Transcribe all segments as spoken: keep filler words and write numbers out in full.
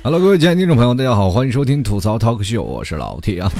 Hello， 各位亲爱的听众朋友，大家好，欢迎收听吐槽 Talk Show， 我是老 T 啊。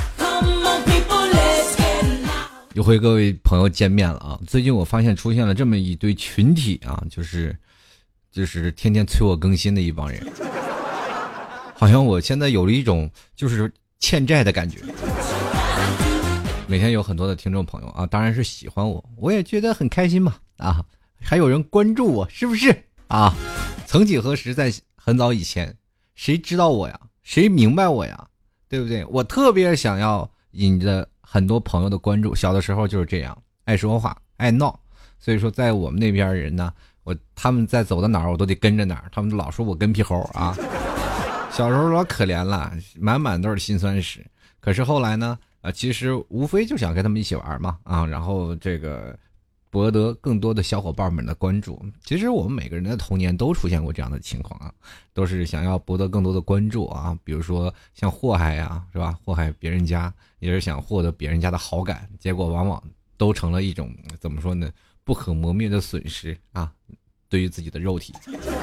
又和各位朋友见面了啊！最近我发现出现了这么一堆群体啊，就是就是天天催我更新的一帮人，好像我现在有了一种就是欠债的感觉。每天有很多的听众朋友啊，当然是喜欢我，我也觉得很开心嘛啊！还有人关注我，是不是啊？曾几何时，在很早以前，谁知道我呀？谁明白我呀？对不对？我特别想要引着很多朋友的关注，小的时候就是这样，爱说话，爱闹。所以说，在我们那边人呢，我他们在走到哪儿，我都得跟着哪儿。他们老说我跟屁猴啊。小时候老可怜了，满满都是辛酸史。可是后来呢？啊，其实无非就想跟他们一起玩嘛，啊，然后这个博得更多的小伙伴们的关注。其实我们每个人的童年都出现过这样的情况啊，都是想要博得更多的关注啊，比如说像祸害呀，是吧？祸害别人家，也是想获得别人家的好感，结果往往都成了一种怎么说呢，不可磨灭的损失啊，对于自己的肉体，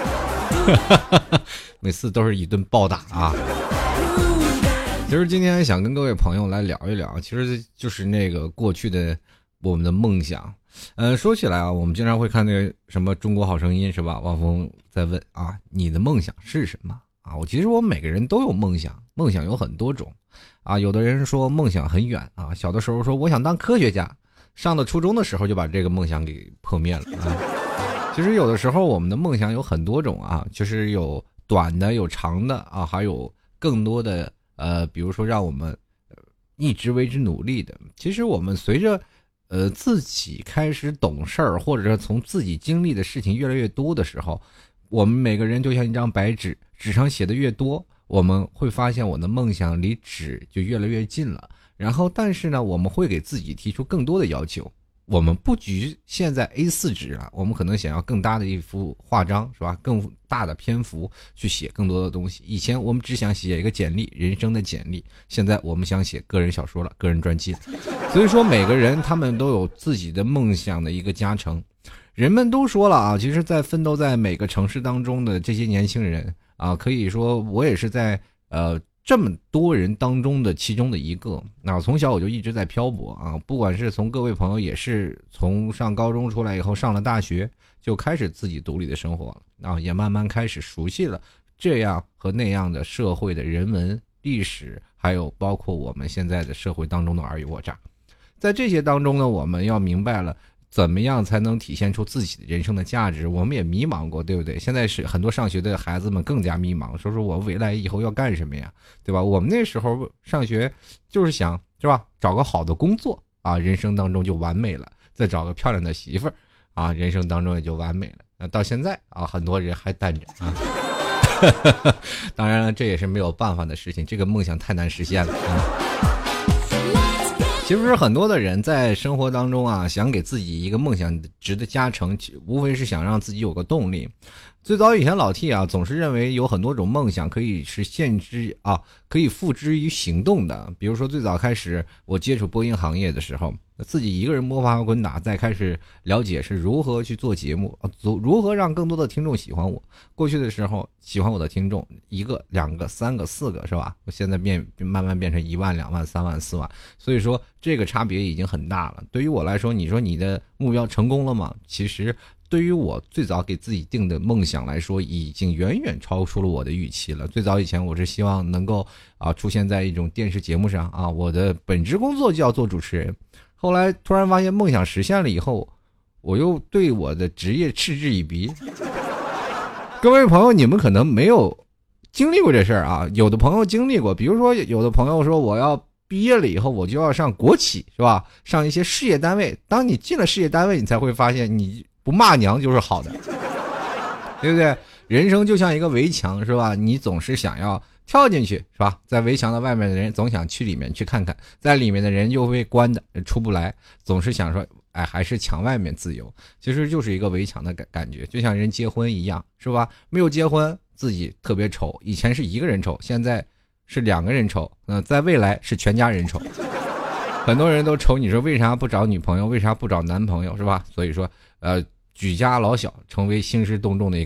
每次都是一顿暴打啊。其实今天想跟各位朋友来聊一聊，其实就是那个过去的我们的梦想。呃，说起来啊，我们经常会看那个什么中国好声音，是吧？汪峰在问啊，你的梦想是什么啊？我其实我们每个人都有梦想，梦想有很多种啊。有的人说梦想很远啊，小的时候说我想当科学家，上了初中的时候就把这个梦想给破灭了啊。其实有的时候我们的梦想有很多种啊，就是有短的，有长的啊，还有更多的。呃，比如说让我们一直为之努力的，其实我们随着呃自己开始懂事儿，或者是从自己经历的事情越来越多的时候，我们每个人就像一张白纸，纸上写的越多，我们会发现我的梦想离纸就越来越近了。然后，但是呢，我们会给自己提出更多的要求。我们不局限在 A 四 纸了，我们可能想要更大的一幅画章，是吧？更大的篇幅去写更多的东西。以前我们只想写一个简历，人生的简历，现在我们想写个人小说了，个人传记了。所以说每个人他们都有自己的梦想的一个加成。人们都说了啊，其实在奋斗在每个城市当中的这些年轻人啊，可以说我也是在呃这么多人当中的其中的一个。那从小我就一直在漂泊啊，不管是从各位朋友，也是从上高中出来以后上了大学就开始自己独立的生活了啊，也慢慢开始熟悉了这样和那样的社会的人文历史，还有包括我们现在的社会当中的尔虞我诈。在这些当中呢，我们要明白了怎么样才能体现出自己的人生的价值。我们也迷茫过，对不对？现在是很多上学的孩子们更加迷茫，说说我未来以后要干什么呀，对吧？我们那时候上学就是想，是吧？找个好的工作啊，人生当中就完美了；再找个漂亮的媳妇儿啊，人生当中也就完美了。那到现在啊，很多人还单着啊。当然了，这也是没有办法的事情，这个梦想太难实现了啊。其实很多的人在生活当中啊，想给自己一个梦想值的加成，无非是想让自己有个动力。最早以前老 T 啊，总是认为有很多种梦想可以实现之啊，可以付之于行动的。比如说最早开始我接触播音行业的时候，自己一个人摸爬滚打，再开始了解是如何去做节目，如何让更多的听众喜欢我。过去的时候喜欢我的听众一个两个三个四个，是吧？我现在变慢慢变成一万两万三万四万，所以说这个差别已经很大了。对于我来说，你说你的目标成功了吗？其实对于我最早给自己定的梦想来说，已经远远超出了我的预期了。最早以前我是希望能够啊出现在一种电视节目上啊，我的本职工作就要做主持人。后来突然发现梦想实现了以后，我又对我的职业嗤之以鼻。各位朋友，你们可能没有经历过这事儿啊，有的朋友经历过。比如说有的朋友说我要毕业了以后我就要上国企，是吧？上一些事业单位。当你进了事业单位，你才会发现你不骂娘就是好的，对不对？人生就像一个围墙，是吧？你总是想要跳进去，是吧？在围墙的外面的人总想去里面去看看，在里面的人又被关的出不来，总是想说哎，还是墙外面自由。其实就是一个围墙的感感觉，就像人结婚一样，是吧？没有结婚自己特别丑，以前是一个人丑，现在是两个人丑，嗯、呃，在未来是全家人丑。很多人都愁你说为啥不找女朋友，为啥不找男朋友，是吧？所以说呃举家老小成为兴师动众的一个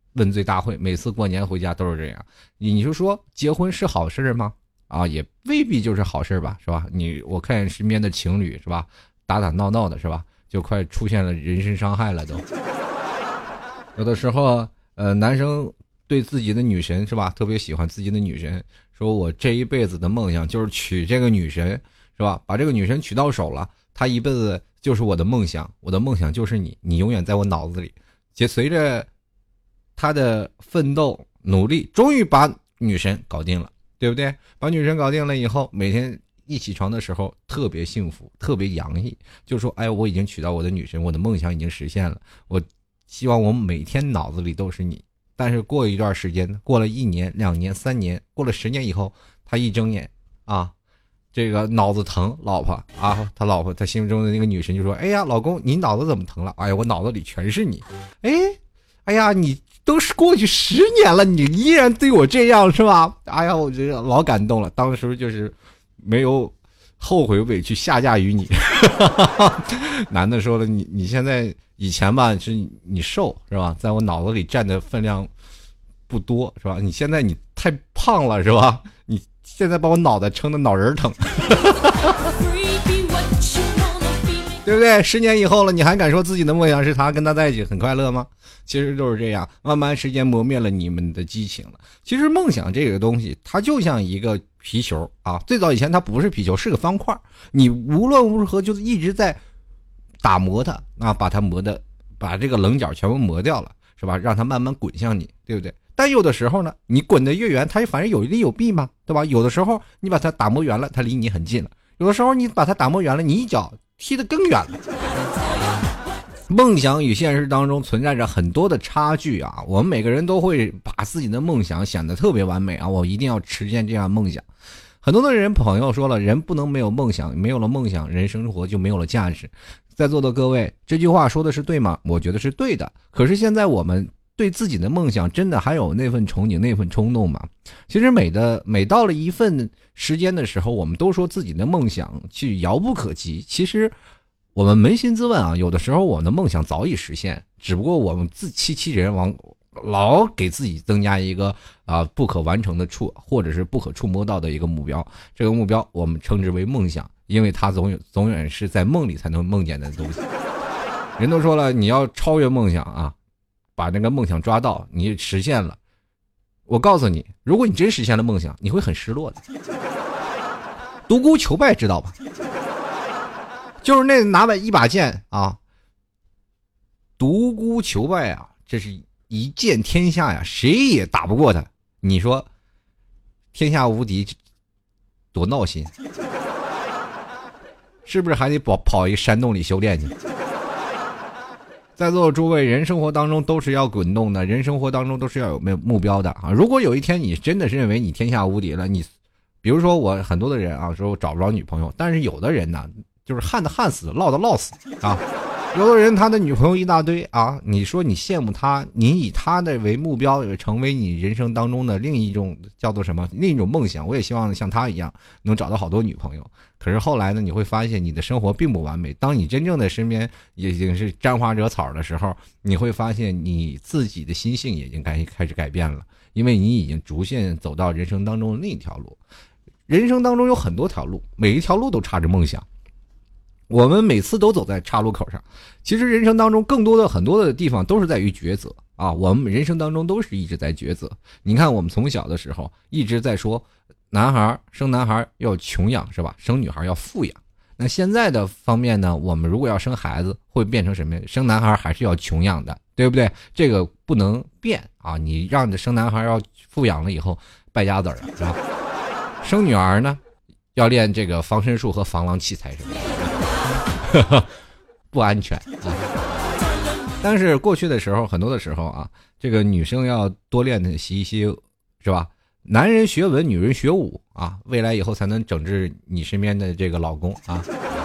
问罪大会，每次过年回家都是这样。你你就说结婚是好事吗？啊，也未必就是好事吧，是吧？你我看身边的情侣是吧，打打闹闹的是吧，就快出现了人身伤害了都。有的时候，呃，男生对自己的女神是吧，特别喜欢自己的女神，说我这一辈子的梦想就是娶这个女神是吧，把这个女神娶到手了，她一辈子就是我的梦想，我的梦想就是你，你永远在我脑子里。且随着他的奋斗努力，终于把女神搞定了，对不对？把女神搞定了以后，每天一起床的时候特别幸福，特别洋溢，就说哎，我已经娶到我的女神，我的梦想已经实现了，我希望我每天脑子里都是你。但是过一段时间，过了一年两年三年，过了十年以后，他一睁眼啊，这个脑子疼，老婆啊，他老婆他心中的那个女神就说，哎呀老公你脑子怎么疼了？哎呀我脑子里全是你。哎哎呀你都是过去十年了，你依然对我这样是吧？哎呀我觉得老感动了，当时就是没有后悔委屈下嫁于你。男的说了，你你现在以前吧是你瘦是吧，在我脑子里占的分量不多是吧，你现在你太胖了是吧，你现在把我脑袋撑得脑仁疼。对不对？十年以后了，你还敢说自己的梦想是他跟他在一起很快乐吗？其实就是这样，慢慢时间磨灭了你们的激情了。其实梦想这个东西，它就像一个皮球啊，最早以前它不是皮球，是个方块，你无论如何就是一直在打磨它啊，把它磨的，把这个棱角全部磨掉了，是吧？让它慢慢滚向你，对不对？但有的时候呢，你滚得越远，它反正有利有弊嘛，对吧？有的时候你把它打磨圆了，它离你很近了；有的时候你把它打磨圆了，你一脚踢得更远了。梦想与现实当中存在着很多的差距啊，我们每个人都会把自己的梦想想得特别完美啊，我一定要实现这样梦想。很多的人朋友说了，人不能没有梦想，没有了梦想，人生活就没有了价值。在座的各位，这句话说的是对吗？我觉得是对的。可是现在我们对自己的梦想真的还有那份憧憬，那份冲动吗？其实每的每到了一份时间的时候，我们都说自己的梦想去遥不可及。其实我们扪心自问啊，有的时候我们的梦想早已实现，只不过我们自欺欺人，往老给自己增加一个啊不可完成的触，或者是不可触摸到的一个目标。这个目标我们称之为梦想，因为它总有总远是在梦里才能梦见的东西。人都说了，你要超越梦想啊，把那个梦想抓到，你实现了。我告诉你，如果你真实现了梦想，你会很失落的。独孤求败知道吧？就是那拿把一把剑啊，独孤求败啊，这是一剑天下呀，谁也打不过他。你说天下无敌多闹心，是不是还得跑跑一山洞里修炼去？在座的诸位，人生活当中都是要滚动的，人生活当中都是要有目标的啊！如果有一天你真的是认为你天下无敌了，你比如说我很多的人啊，说我找不着女朋友，但是有的人呢，就是旱的旱死，涝的涝死啊。有的人他的女朋友一大堆啊，你说你羡慕他，你以他的为目标，也成为你人生当中的另一种叫做什么？另一种梦想。我也希望像他一样能找到好多女朋友。可是后来呢，你会发现你的生活并不完美。当你真正的身边已经是沾花惹草的时候，你会发现你自己的心性也已经开开始改变了，因为你已经逐渐走到人生当中的另一条路。人生当中有很多条路，每一条路都插着梦想。我们每次都走在岔路口上，其实人生当中更多的很多的地方都是在于抉择啊！我们人生当中都是一直在抉择。你看，我们从小的时候一直在说，男孩生男孩要穷养是吧？生女孩要富养。那现在的方面呢，我们如果要生孩子，会变成什么？生男孩还是要穷养的，对不对？这个不能变啊！你让生男孩要富养了以后，败家子了是吧？生女儿呢，要练这个防身术和防狼器材什么的。不安全啊！但是过去的时候，很多的时候啊，这个女生要多练的习一些，是吧？男人学文，女人学武啊，未来以后才能整治你身边的这个老公啊。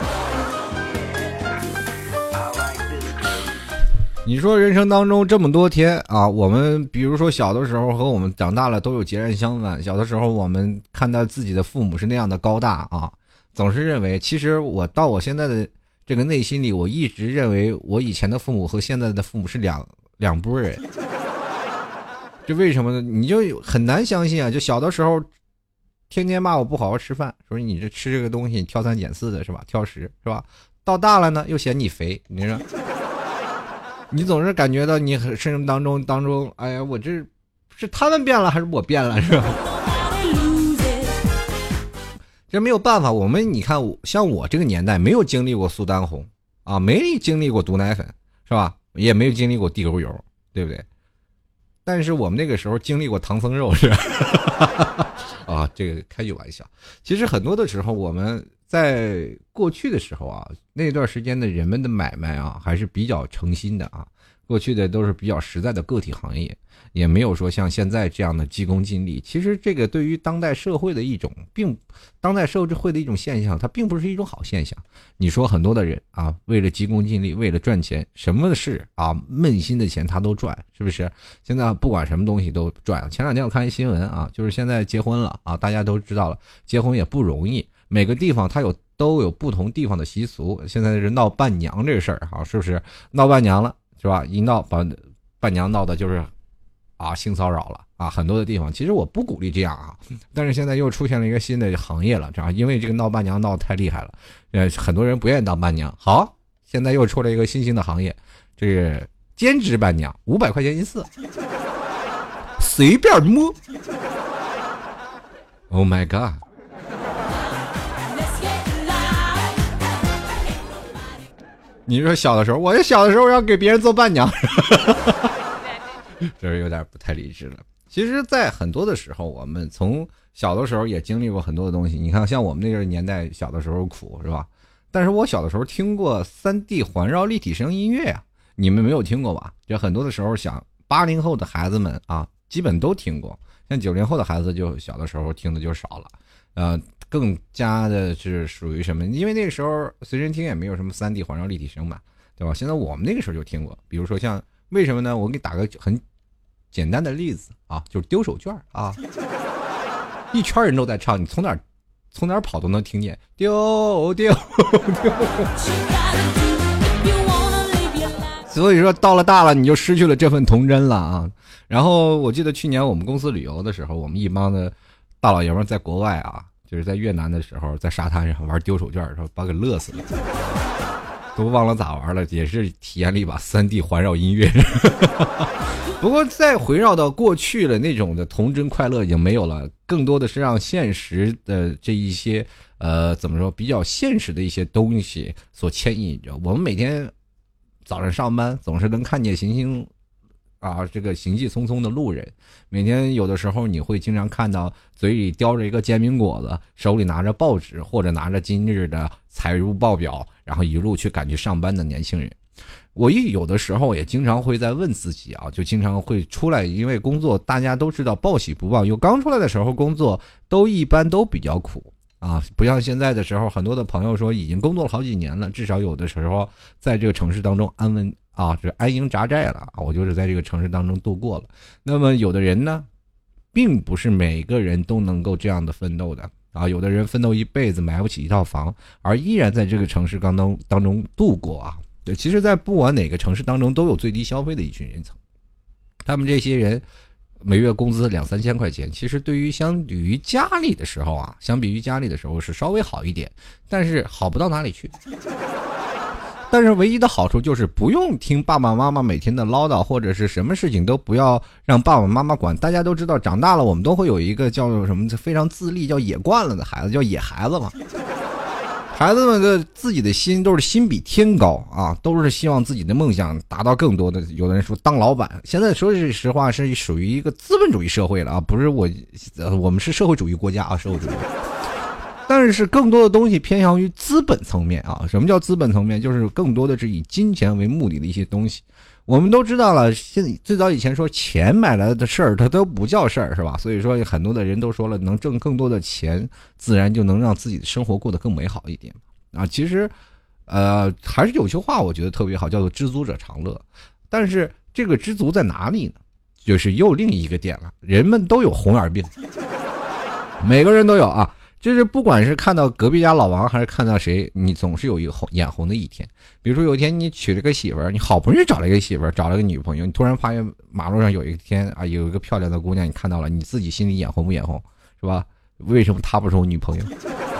你说人生当中这么多天啊，我们比如说小的时候和我们长大了都有截然相反。小的时候我们看到自己的父母是那样的高大啊，总是认为，其实我到我现在的这个内心里，我一直认为我以前的父母和现在的父母是两两拨人。 这为什么呢？你就很难相信啊！就小的时候，天天骂我不好好吃饭，说你这吃这个东西挑三拣四的是吧？挑食是吧？到大了呢，又嫌你肥，你说，你总是感觉到你生命当中当中，哎呀，我这是他们变了还是我变了，是吧？这没有办法，我们你看，像我这个年代没有经历过苏丹红啊，没经历过毒奶粉，是吧？也没有经历过地沟油，对不对？但是我们那个时候经历过唐僧肉，是吧？啊，这个开句玩笑。其实很多的时候，我们在过去的时候啊，那段时间的人们的买卖啊，还是比较诚心的啊。过去的都是比较实在的个体行业，也没有说像现在这样的急功近利。其实这个对于当代社会的一种，并当代社会的一种现象，它并不是一种好现象。你说很多的人啊，为了急功近利，为了赚钱，什么的事啊，闷心的钱他都赚，是不是？现在不管什么东西都赚。前两天我看一新闻啊，就是现在结婚了啊，大家都知道了，结婚也不容易，每个地方它有都有不同地方的习俗。现在是闹伴娘这个事儿啊，是不是闹伴娘了？是吧？一闹把伴娘闹的就是啊性骚扰了啊，很多的地方其实我不鼓励这样啊，但是现在又出现了一个新的行业了，这样因为这个闹伴娘闹得太厉害了，呃，很多人不愿意当伴娘。好，现在又出了一个新兴的行业，这个兼职伴娘，五百块钱一次，随便摸。Oh my god！你说小的时候，我小的时候要给别人做伴娘，这是有点不太理智了。其实在很多的时候，我们从小的时候也经历过很多的东西。你看像我们那个年代小的时候苦是吧？但是我小的时候听过 三 D 环绕立体声音乐啊，你们没有听过吧？这很多的时候想八零后的孩子们啊基本都听过，像九零后的孩子就小的时候听的就少了。呃更加的是属于什么？因为那个时候随身听也没有什么 三 D 环绕立体声嘛，对吧？现在我们那个时候就听过，比如说像为什么呢？我给你打个很简单的例子啊，就是丢手绢啊，一圈人都在唱，你从哪从哪跑都能听见，丢丢丢。所以说到了大了，你就失去了这份童真了啊。然后我记得去年我们公司旅游的时候，我们一帮的大老爷们在国外啊。就是在越南的时候，在沙滩上玩丢手绢的时候，把给乐死了，都忘了咋玩了，也是体验了一把 三 D 环绕音乐。不过再回绕到过去了，那种的童真快乐已经没有了，更多的是让现实的这一些呃怎么说比较现实的一些东西所牵引着。我们每天早上上班总是能看见行星。啊，这个行迹匆匆的路人，每天有的时候你会经常看到嘴里叼着一个煎饼果子，手里拿着报纸或者拿着今日的财务报表，然后一路去赶去上班的年轻人。我一有的时候也经常会在问自己啊，就经常会出来，因为工作大家都知道报喜不报忧，刚出来的时候工作都一般都比较苦啊，不像现在的时候，很多的朋友说已经工作了好几年了，至少有的时候在这个城市当中安稳。啊，这安营扎寨了，我就是在这个城市当中度过了。那么有的人呢，并不是每个人都能够这样的奋斗的啊，有的人奋斗一辈子买不起一套房，而依然在这个城市当中当中度过啊。对，其实，在不管哪个城市当中，都有最低消费的一群人层，他们这些人每月工资两三千块钱，其实对于相比于家里的时候啊，相比于家里的时候是稍微好一点，但是好不到哪里去。但是唯一的好处就是不用听爸爸妈妈每天的唠叨，或者是什么事情都不要让爸爸妈妈管。大家都知道长大了我们都会有一个叫做什么非常自立叫野惯了的孩子，叫野孩子嘛。孩子们的自己的心都是心比天高啊，都是希望自己的梦想达到更多的。有的人说当老板，现在说句实话是属于一个资本主义社会了啊，不是我我们是社会主义国家啊，社会主义。但是更多的东西偏向于资本层面啊。什么叫资本层面？就是更多的是以金钱为目的的一些东西。我们都知道了，现最早以前说钱买来的事儿它都不叫事儿，是吧？所以说很多的人都说了，能挣更多的钱自然就能让自己的生活过得更美好一点啊。其实呃还是有句话我觉得特别好，叫做知足者常乐。但是这个知足在哪里呢？就是又另一个点了，人们都有红眼病，每个人都有啊。 就是不管是看到隔壁家老王还是看到谁，你总是有一个红眼红的一天。比如说有一天你娶了个媳妇儿，你好不容易找了一个媳妇儿，找了个女朋友，你突然发现马路上有一天啊，有一个漂亮的姑娘，你看到了，你自己心里眼红不眼红，是吧？为什么她不是我女朋友？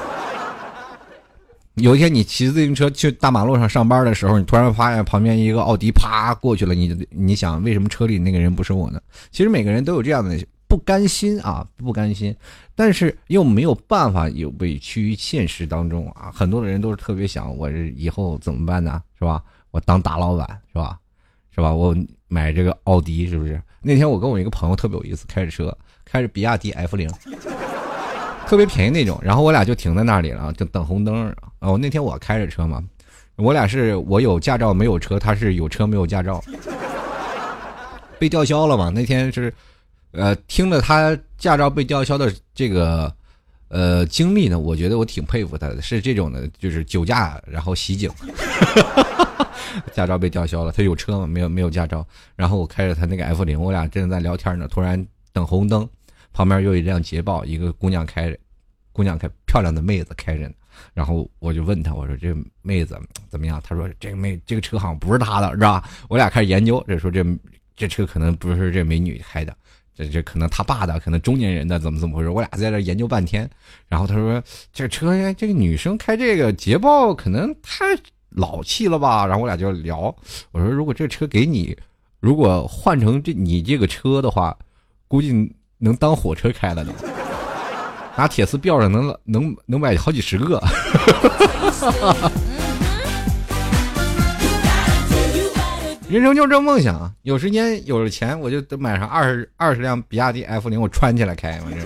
有一天你骑自行车去大马路上上班的时候，你突然发现旁边一个奥迪啪过去了，你你想为什么车里那个人不是我呢？其实每个人都有这样的不甘心啊，不甘心，但是又没有办法，有委屈于现实当中啊。很多的人都是特别想，我这以后怎么办呢？是吧？我当大老板是吧？是吧？我买这个奥迪是不是？那天我跟我一个朋友特别有意思，开着车，开着比亚迪 F 零。特别便宜那种，然后我俩就停在那里了，就等红灯。哦，那天我开着车嘛，我俩是我有驾照没有车，他是有车没有驾照，被吊销了嘛。那天是，呃，听了他驾照被吊销的这个呃经历呢，我觉得我挺佩服他的，是这种的，就是酒驾然后袭警，驾照被吊销了，他有车嘛，没有没有驾照。然后我开着他那个 F 零，我俩正在聊天呢，突然等红灯。旁边又有一辆捷豹，一个姑娘开着，姑娘开漂亮的妹子开着呢，然后我就问她，我说这妹子怎么样？她说这个妹这个车好像不是她的，是吧？我俩开始研究，这说这这车可能不是这美女开的，这这可能她爸的，可能中年人的，怎么怎么回事？我俩在这研究半天，然后她说这车这个女生开这个捷豹可能太老气了吧？然后我俩就聊，我说如果这车给你，如果换成这你这个车的话，估计能当火车开了呢，拿铁丝吊着能能能买好几十个。人生就这梦想，有时间有了钱，我就得买上二十二十辆比亚迪 F 零，我穿起来开嘛。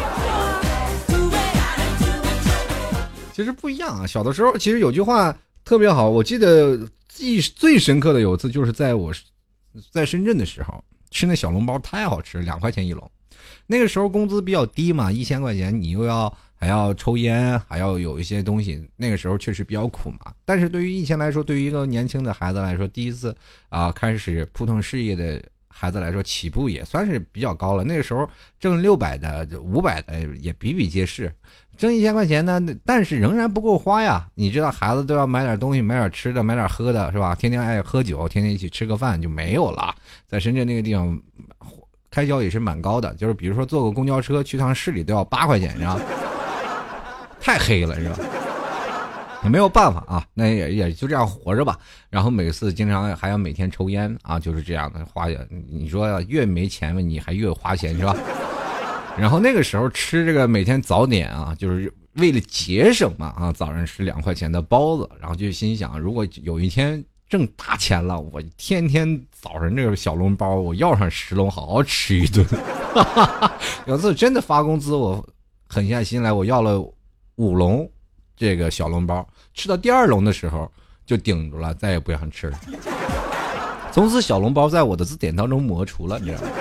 其实不一样啊，小的时候其实有句话特别好，我记得记忆最深刻的有一次，就是在我在深圳的时候吃那小笼包，太好吃，两块钱一笼。那个时候工资比较低嘛，一千块钱，你又要还要抽烟，还要有一些东西，那个时候确实比较苦嘛。但是对于以前来说，对于一个年轻的孩子来说，第一次啊开始扑腾事业的孩子来说，起步也算是比较高了。那个时候挣六百的、五百的也比比皆是，挣一千块钱呢，但是仍然不够花呀。你知道，孩子都要买点东西，买点吃的，买点喝的，是吧？天天爱喝酒，天天一起吃个饭就没有了。在深圳那个地方，开销也是蛮高的，就是比如说坐个公交车去趟市里都要八块钱，是吧？太黑了，是吧？也没有办法啊，那也也就这样活着吧。然后每次经常还要每天抽烟啊，就是这样的花。你说越没钱嘛，你还越花钱，是吧？然后那个时候吃这个每天早点啊，就是为了节省嘛啊，早上吃两块钱的包子，然后就心想，如果有一天挣大钱了，我天天早上这个小笼包，我要上十笼，好好吃一顿。有次真的发工资，我狠下心来，我要了五笼这个小笼包，吃到第二笼的时候就顶住了，再也不想吃了。从此小笼包在我的字典当中抹除了，你知道吗？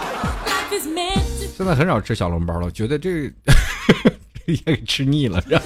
现在很少吃小笼包了，觉得这个也给吃腻了，是吧？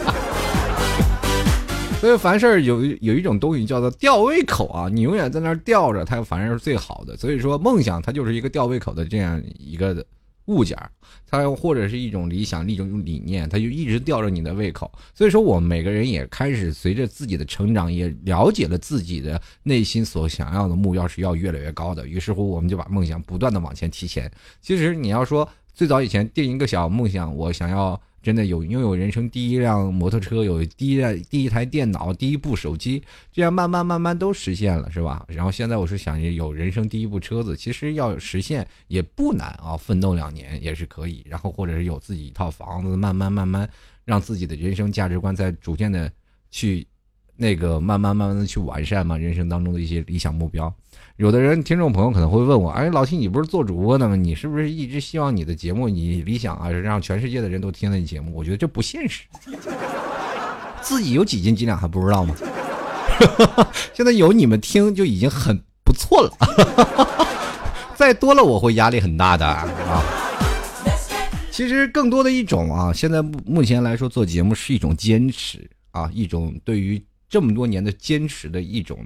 所以凡事有有一种东西叫做吊胃口啊，你永远在那儿吊着它，反而是最好的。所以说梦想它就是一个吊胃口的这样一个物件，它或者是一种理想，一种理念，它就一直吊着你的胃口。所以说我们每个人也开始随着自己的成长，也了解了自己的内心所想要的目标是要越来越高的，于是乎我们就把梦想不断的往前提前。其实你要说最早以前定一个小梦想，我想要真的有拥有人生第一辆摩托车，有第一第一台电脑，第一部手机，这样慢慢慢慢都实现了，是吧？然后现在我是想有人生第一部车子，其实要实现也不难啊，奋斗两年也是可以。然后或者是有自己一套房子，慢慢慢慢让自己的人生价值观在逐渐的去那个慢慢慢慢的去完善嘛，人生当中的一些理想目标。有的人听众朋友可能会问我，哎，老七你不是做主播的吗？你是不是一直希望你的节目，你理想啊让全世界的人都听你节目？我觉得这不现实，自己有几斤几两还不知道吗？现在有你们听就已经很不错了，再多了我会压力很大的啊。其实更多的一种啊，现在目前来说做节目是一种坚持啊，一种对于这么多年的坚持的一种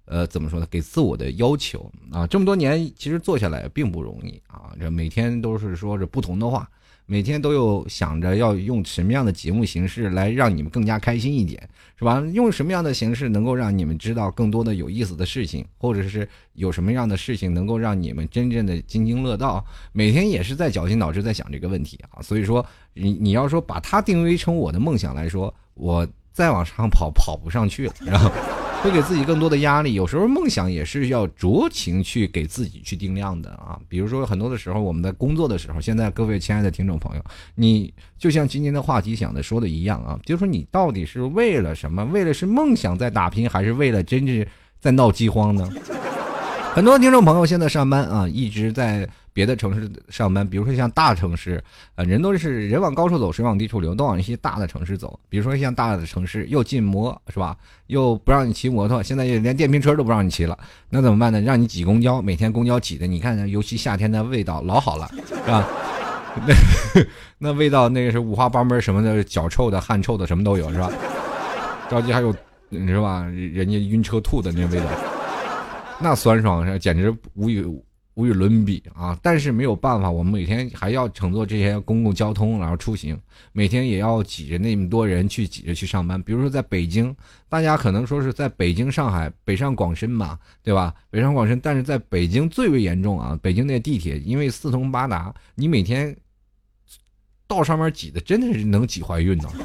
呃，怎么说呢？给自我的要求啊，这么多年其实做下来并不容易啊。这每天都是说着不同的话，每天都有想着要用什么样的节目形式来让你们更加开心一点，是吧？用什么样的形式能够让你们知道更多的有意思的事情，或者是有什么样的事情能够让你们真正的津津乐道？每天也是在绞尽脑汁在想这个问题啊。所以说，你你要说把它定位成我的梦想来说，我再往上跑跑不上去了，然后。会给自己更多的压力，有时候梦想也是要酌情去给自己去定量的啊。比如说很多的时候我们在工作的时候，现在各位亲爱的听众朋友，你就像今天的话题想的说的一样啊，就是说你到底是为了什么？为了是梦想在打拼，还是为了真正在闹饥荒呢？很多听众朋友现在上班啊，一直在别的城市上班，比如说像大城市，呃，人都是人往高处走，水往低处流，都往一些大的城市走。比如说像大的城市，又禁摩是吧？又不让你骑摩托，现在连电瓶车都不让你骑了，那怎么办呢？让你挤公交，每天公交挤的，你看，尤其夏天的味道老好了，是吧？那那味道，那个是五花八门什么的，脚臭的、汗臭的，什么都有，是吧？着急还有，是吧？人家晕车吐的那味道。那酸爽简直无与无与伦比啊！但是没有办法，我们每天还要乘坐这些公共交通，然后出行，每天也要挤着那么多人去挤着去上班。比如说在北京，大家可能说是在北京、上海、北上广深嘛，对吧？北上广深，但是在北京最为严重啊！北京那地铁因为四通八达，你每天到上面挤的真的是能挤怀孕呢。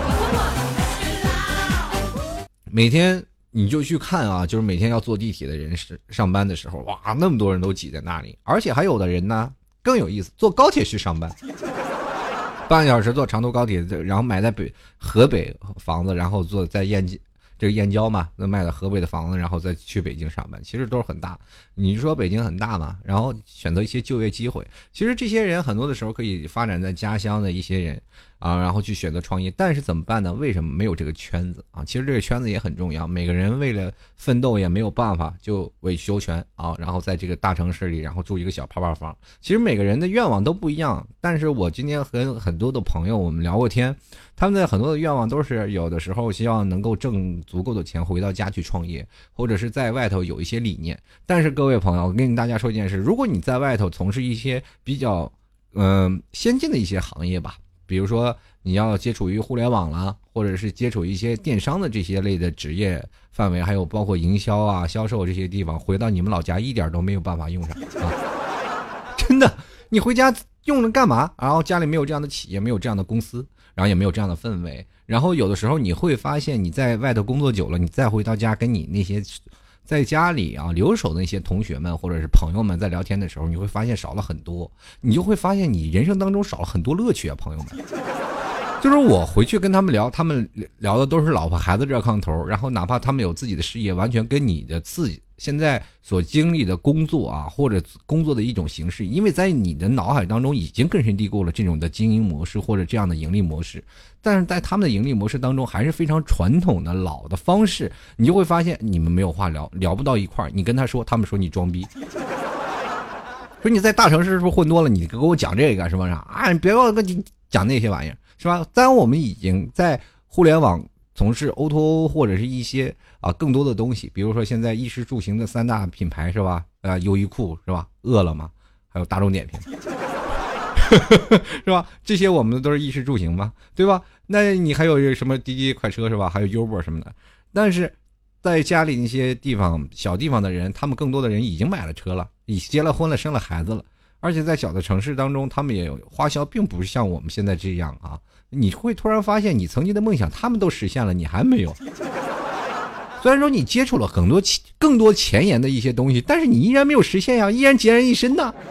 每天。你就去看啊，就是每天要坐地铁的人是上班的时候，哇，那么多人都挤在那里，而且还有的人呢更有意思，坐高铁去上班，半个小时坐长途高铁，然后买在北河北房子，然后坐在燕这个燕郊嘛，那卖的河北的房子，然后再去北京上班，其实都是很大。你说北京很大嘛，然后选择一些就业机会，其实这些人很多的时候可以发展在家乡的一些人。啊，然后去选择创业，但是怎么办呢？为什么没有这个圈子啊？其实这个圈子也很重要，每个人为了奋斗也没有办法就委曲求全啊，然后在这个大城市里，然后住一个小泡泡房。其实每个人的愿望都不一样，但是我今天和很多的朋友我们聊过天，他们的很多的愿望都是有的时候希望能够挣足够的钱回到家去创业，或者是在外头有一些理念。但是各位朋友，我跟大家说一件事，如果你在外头从事一些比较嗯、呃、先进的一些行业吧，比如说你要接触于互联网啦，或者是接触一些电商的这些类的职业范围，还有包括营销啊、销售这些地方，回到你们老家一点都没有办法用上啊！真的，你回家用了干嘛？然后家里没有这样的企业，没有这样的公司，然后也没有这样的氛围。然后有的时候你会发现，你在外头工作久了，你再回到家跟你那些在家里啊留守的那些同学们或者是朋友们在聊天的时候，你会发现少了很多，你就会发现你人生当中少了很多乐趣啊，朋友们。就是我回去跟他们聊，他们聊的都是老婆孩子热炕头，然后哪怕他们有自己的事业，完全跟你的自己现在所经历的工作啊，或者工作的一种形式，因为在你的脑海当中已经根深蒂固了这种的经营模式或者这样的盈利模式，但是在他们的盈利模式当中还是非常传统的老的方式，你就会发现你们没有话聊，聊不到一块儿。你跟他说，他们说你装逼。说你在大城市是不是混多了？你给我讲这个是吧？啊，你别给我跟你讲那些玩意儿。是吧？当我们已经在互联网从事 O to O 或者是一些啊更多的东西，比如说现在衣食住行的三大品牌是吧？啊，优衣库是吧？饿了么，还有大众点评，是吧？这些我们都是衣食住行嘛，对吧？那你还有什么滴滴快车是吧？还有 Uber 什么的。但是在家里那些地方小地方的人，他们更多的人已经买了车了，已结了婚了，生了孩子了。而且在小的城市当中，他们也有花销，并不是像我们现在这样啊。你会突然发现，你曾经的梦想，他们都实现了，你还没有。虽然说你接触了很多更多前沿的一些东西，但是你依然没有实现呀，依然孑然一身呢。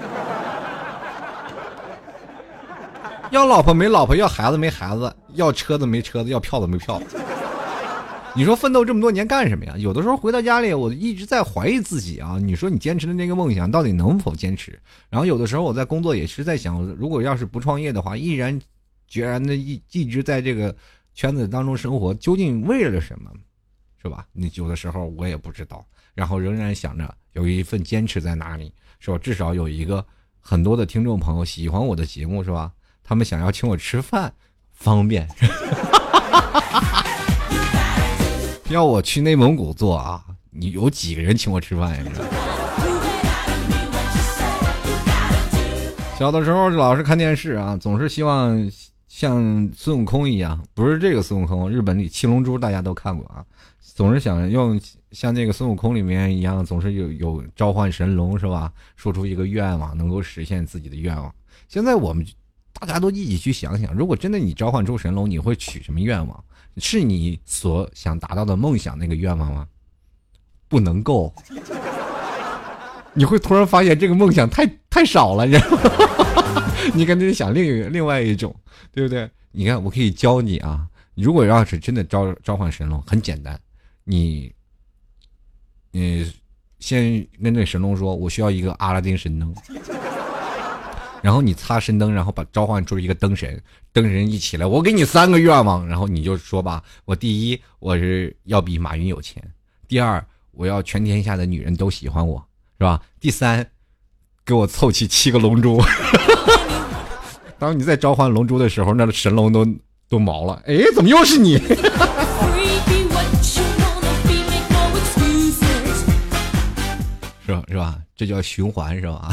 要老婆没老婆，要孩子没孩子，要车子没车子，要票子没票子。你说奋斗这么多年干什么呀？有的时候回到家里，我一直在怀疑自己啊。你说你坚持的那个梦想到底能否坚持？然后有的时候我在工作也是在想，如果要是不创业的话，毅然决然的一一直在这个圈子当中生活，究竟为了什么？是吧？你有的时候我也不知道，然后仍然想着有一份坚持在哪里，是吧？至少有一个很多的听众朋友喜欢我的节目，是吧？他们想要请我吃饭，方便。要我去内蒙古做啊， 你有几个人请我吃饭呀？小的时候老是看电视啊，总是希望像孙悟空一样，不是这个孙悟空，日本里七龙珠大家都看过啊，总是想用像这个孙悟空里面一样，总是有有召唤神龙是吧？说出一个愿望，能够实现自己的愿望。现在我们大家都一起去想想，如果真的你召唤出神龙，你会许什么愿望？是你所想达到的梦想那个愿望吗？不能够。你会突然发现这个梦想太太少了，你知道吗？你赶紧想另另外一种，对不对？你看，我可以教你啊。如果要是真的召召唤神龙，很简单，你你先跟那神龙说，我需要一个阿拉丁神灯，然后你擦神灯，然后把召唤出一个灯神，灯神一起来，我给你三个愿望，然后你就说吧，我第一我是要比马云有钱，第二我要全天下的女人都喜欢我。是吧？第三，给我凑齐七个龙珠。当你在召唤龙珠的时候，那神龙都都毛了。哎，怎么又是你？是吧？是吧？这叫循环，是吧？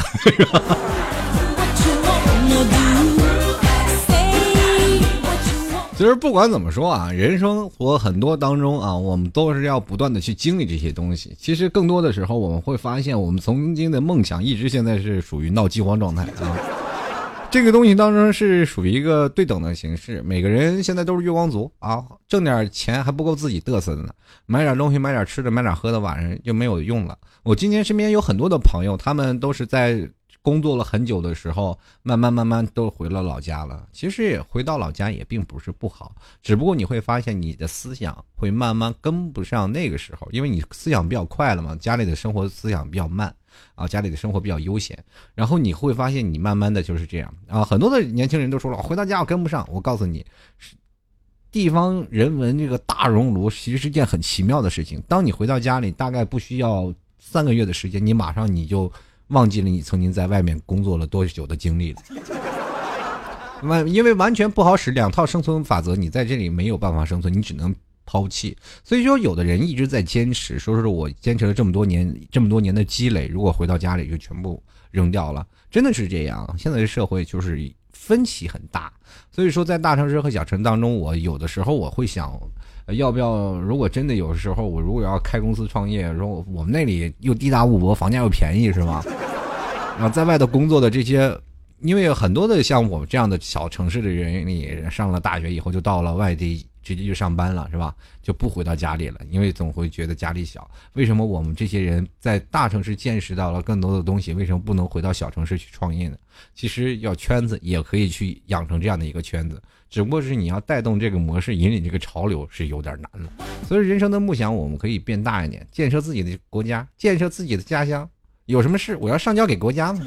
其实不管怎么说啊，人生活很多当中啊，我们都是要不断的去经历这些东西。其实更多的时候，我们会发现，我们曾经的梦想一直现在是属于闹饥荒状态啊。这个东西当中是属于一个对等的形式，每个人现在都是月光族啊，挣点钱还不够自己嘚瑟的呢，买点东西、买点吃的、买点喝的，晚上就没有用了。我今年身边有很多的朋友，他们都是在工作了很久的时候，慢慢慢慢都回了老家了。其实也回到老家也并不是不好，只不过你会发现你的思想会慢慢跟不上那个时候，因为你思想比较快了嘛，家里的生活思想比较慢啊，家里的生活比较悠闲，然后你会发现你慢慢的就是这样啊。很多的年轻人都说了，回到家我跟不上，我告诉你，地方人文这个大熔炉其实是件很奇妙的事情。当你回到家里，大概不需要三个月的时间，你马上你就忘记了你曾经在外面工作了多久的经历了。完，因为完全不好使两套生存法则，你在这里没有办法生存，你只能抛弃。所以说有的人一直在坚持，说是我坚持了这么多年这么多年的积累，如果回到家里就全部扔掉了，真的是这样。现在的社会就是分歧很大，所以说在大城市和小城当中，我有的时候我会想，要不要如果真的有时候我如果要开公司创业，如果我们那里又地大物博，房价又便宜，是吧？然后在外头工作的这些，因为很多的像我们这样的小城市的人，你上了大学以后就到了外地直接就上班了，是吧？就不回到家里了，因为总会觉得家里小。为什么我们这些人在大城市见识到了更多的东西，为什么不能回到小城市去创业呢？其实要圈子也可以去养成这样的一个圈子，只不过是你要带动这个模式，引领这个潮流是有点难了。所以人生的梦想我们可以变大一点，建设自己的国家，建设自己的家乡。有什么事我要上交给国家吗？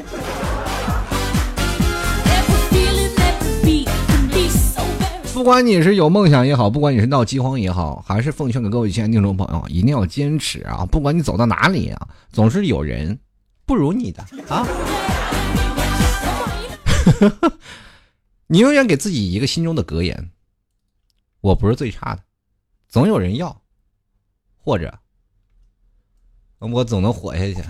不管你是有梦想也好，不管你是闹饥荒也好，还是奉劝给各位亲爱的听众朋友，一定要坚持啊！不管你走到哪里啊，总是有人不如你的啊！你永远给自己一个心中的格言：我不是最差的，总有人要，或者我总能活下去。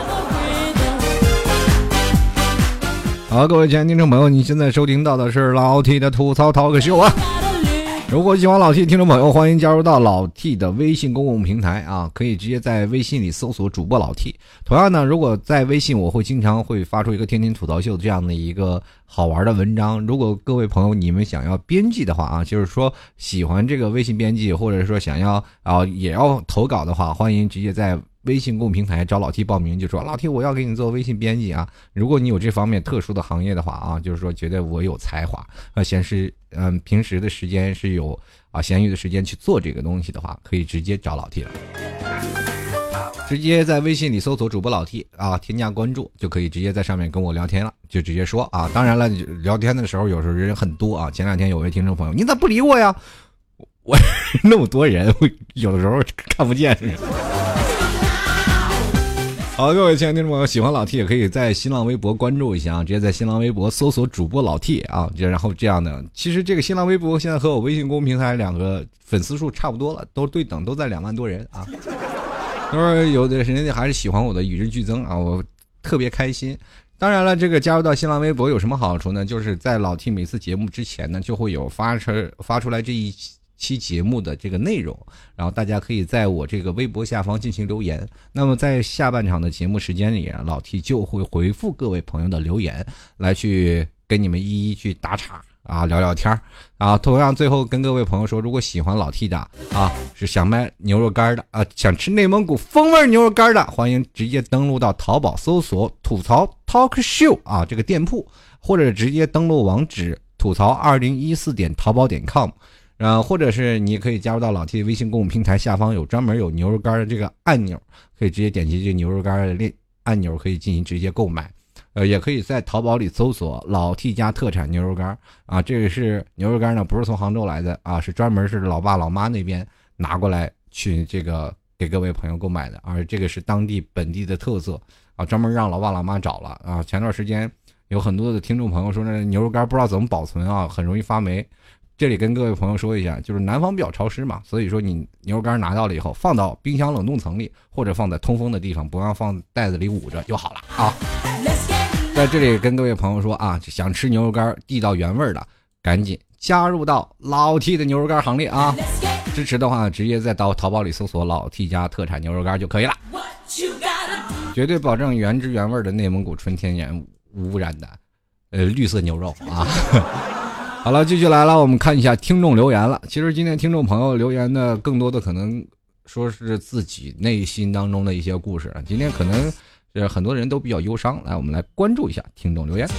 好，各位亲爱的听众朋友，你现在收听到的是老 T 的吐槽涛个秀啊！如果喜欢老 T 的听众朋友，欢迎加入到老 T 的微信公共平台啊，可以直接在微信里搜索主播老 T。同样呢，如果在微信，我会经常会发出一个天天吐槽秀这样的一个好玩的文章。如果各位朋友你们想要编辑的话啊，就是说喜欢这个微信编辑，或者说想要啊也要投稿的话，欢迎直接在微信公平台找老 T 报名，就说老 T 我要给你做微信编辑啊。如果你有这方面特殊的行业的话啊，就是说觉得我有才华啊，闲时嗯平时的时间是有啊闲余的时间去做这个东西的话，可以直接找老 T 了。直接在微信里搜索主播老 T 啊，添加关注就可以直接在上面跟我聊天了，就直接说啊。当然了，聊天的时候有时候人很多啊。前两天有位听众朋友，你咋不理我呀？我那么多人，我有的时候看不见。好，各位亲爱的听众朋友，喜欢老 T 也可以在新浪微博关注一下啊，直接在新浪微博搜索主播老 T 啊，然后这样的，其实这个新浪微博现在和我微信公众平台两个粉丝数差不多了，都对等，都在两万多人啊。 他说有的人还是喜欢我的与日俱增啊，我特别开心。当然了，这个加入到新浪微博有什么好处呢？就是在老 T 每次节目之前呢，就会有发出发出来这一期节目的这个内容，然后大家可以在我这个微博下方进行留言。那么在下半场的节目时间里啊，老 T 就会回复各位朋友的留言，来去跟你们一一去打岔啊，聊聊天啊。同样最后跟各位朋友说，如果喜欢老 T 的啊，是想卖牛肉干的啊，想吃内蒙古风味牛肉干的，欢迎直接登录到淘宝搜索吐槽 Talk Show 啊这个店铺，或者直接登录网址吐槽二零一四点淘宝点 com。呃，或者是你可以加入到老 T 的微信公众平台，下方有专门有牛肉干的这个按钮，可以直接点击这个牛肉干的链按钮，可以进行直接购买。呃，也可以在淘宝里搜索老 T 家特产牛肉干啊，这个是牛肉干呢，不是从杭州来的啊，是专门是老爸老妈那边拿过来去这个给各位朋友购买的，而这个是当地本地的特色啊，专门让老爸老妈找了啊。前段时间有很多的听众朋友说，那牛肉干不知道怎么保存啊，很容易发霉。这里跟各位朋友说一下，就是南方比较潮湿嘛，所以说你牛肉干拿到了以后，放到冰箱冷冻层里，或者放在通风的地方，不要放袋子里捂着就好了啊。在这里跟各位朋友说啊，想吃牛肉干地道原味的，赶紧加入到老 T 的牛肉干行列啊！支持的话，直接在到淘宝里搜索老 T 家特产牛肉干就可以了，绝对保证原汁原味的内蒙古纯天然无污染的呃绿色牛肉啊。好了，继续来了，我们看一下听众留言了。其实今天听众朋友留言的更多的可能说是自己内心当中的一些故事，今天可能是很多人都比较忧伤，来我们来关注一下听众留言。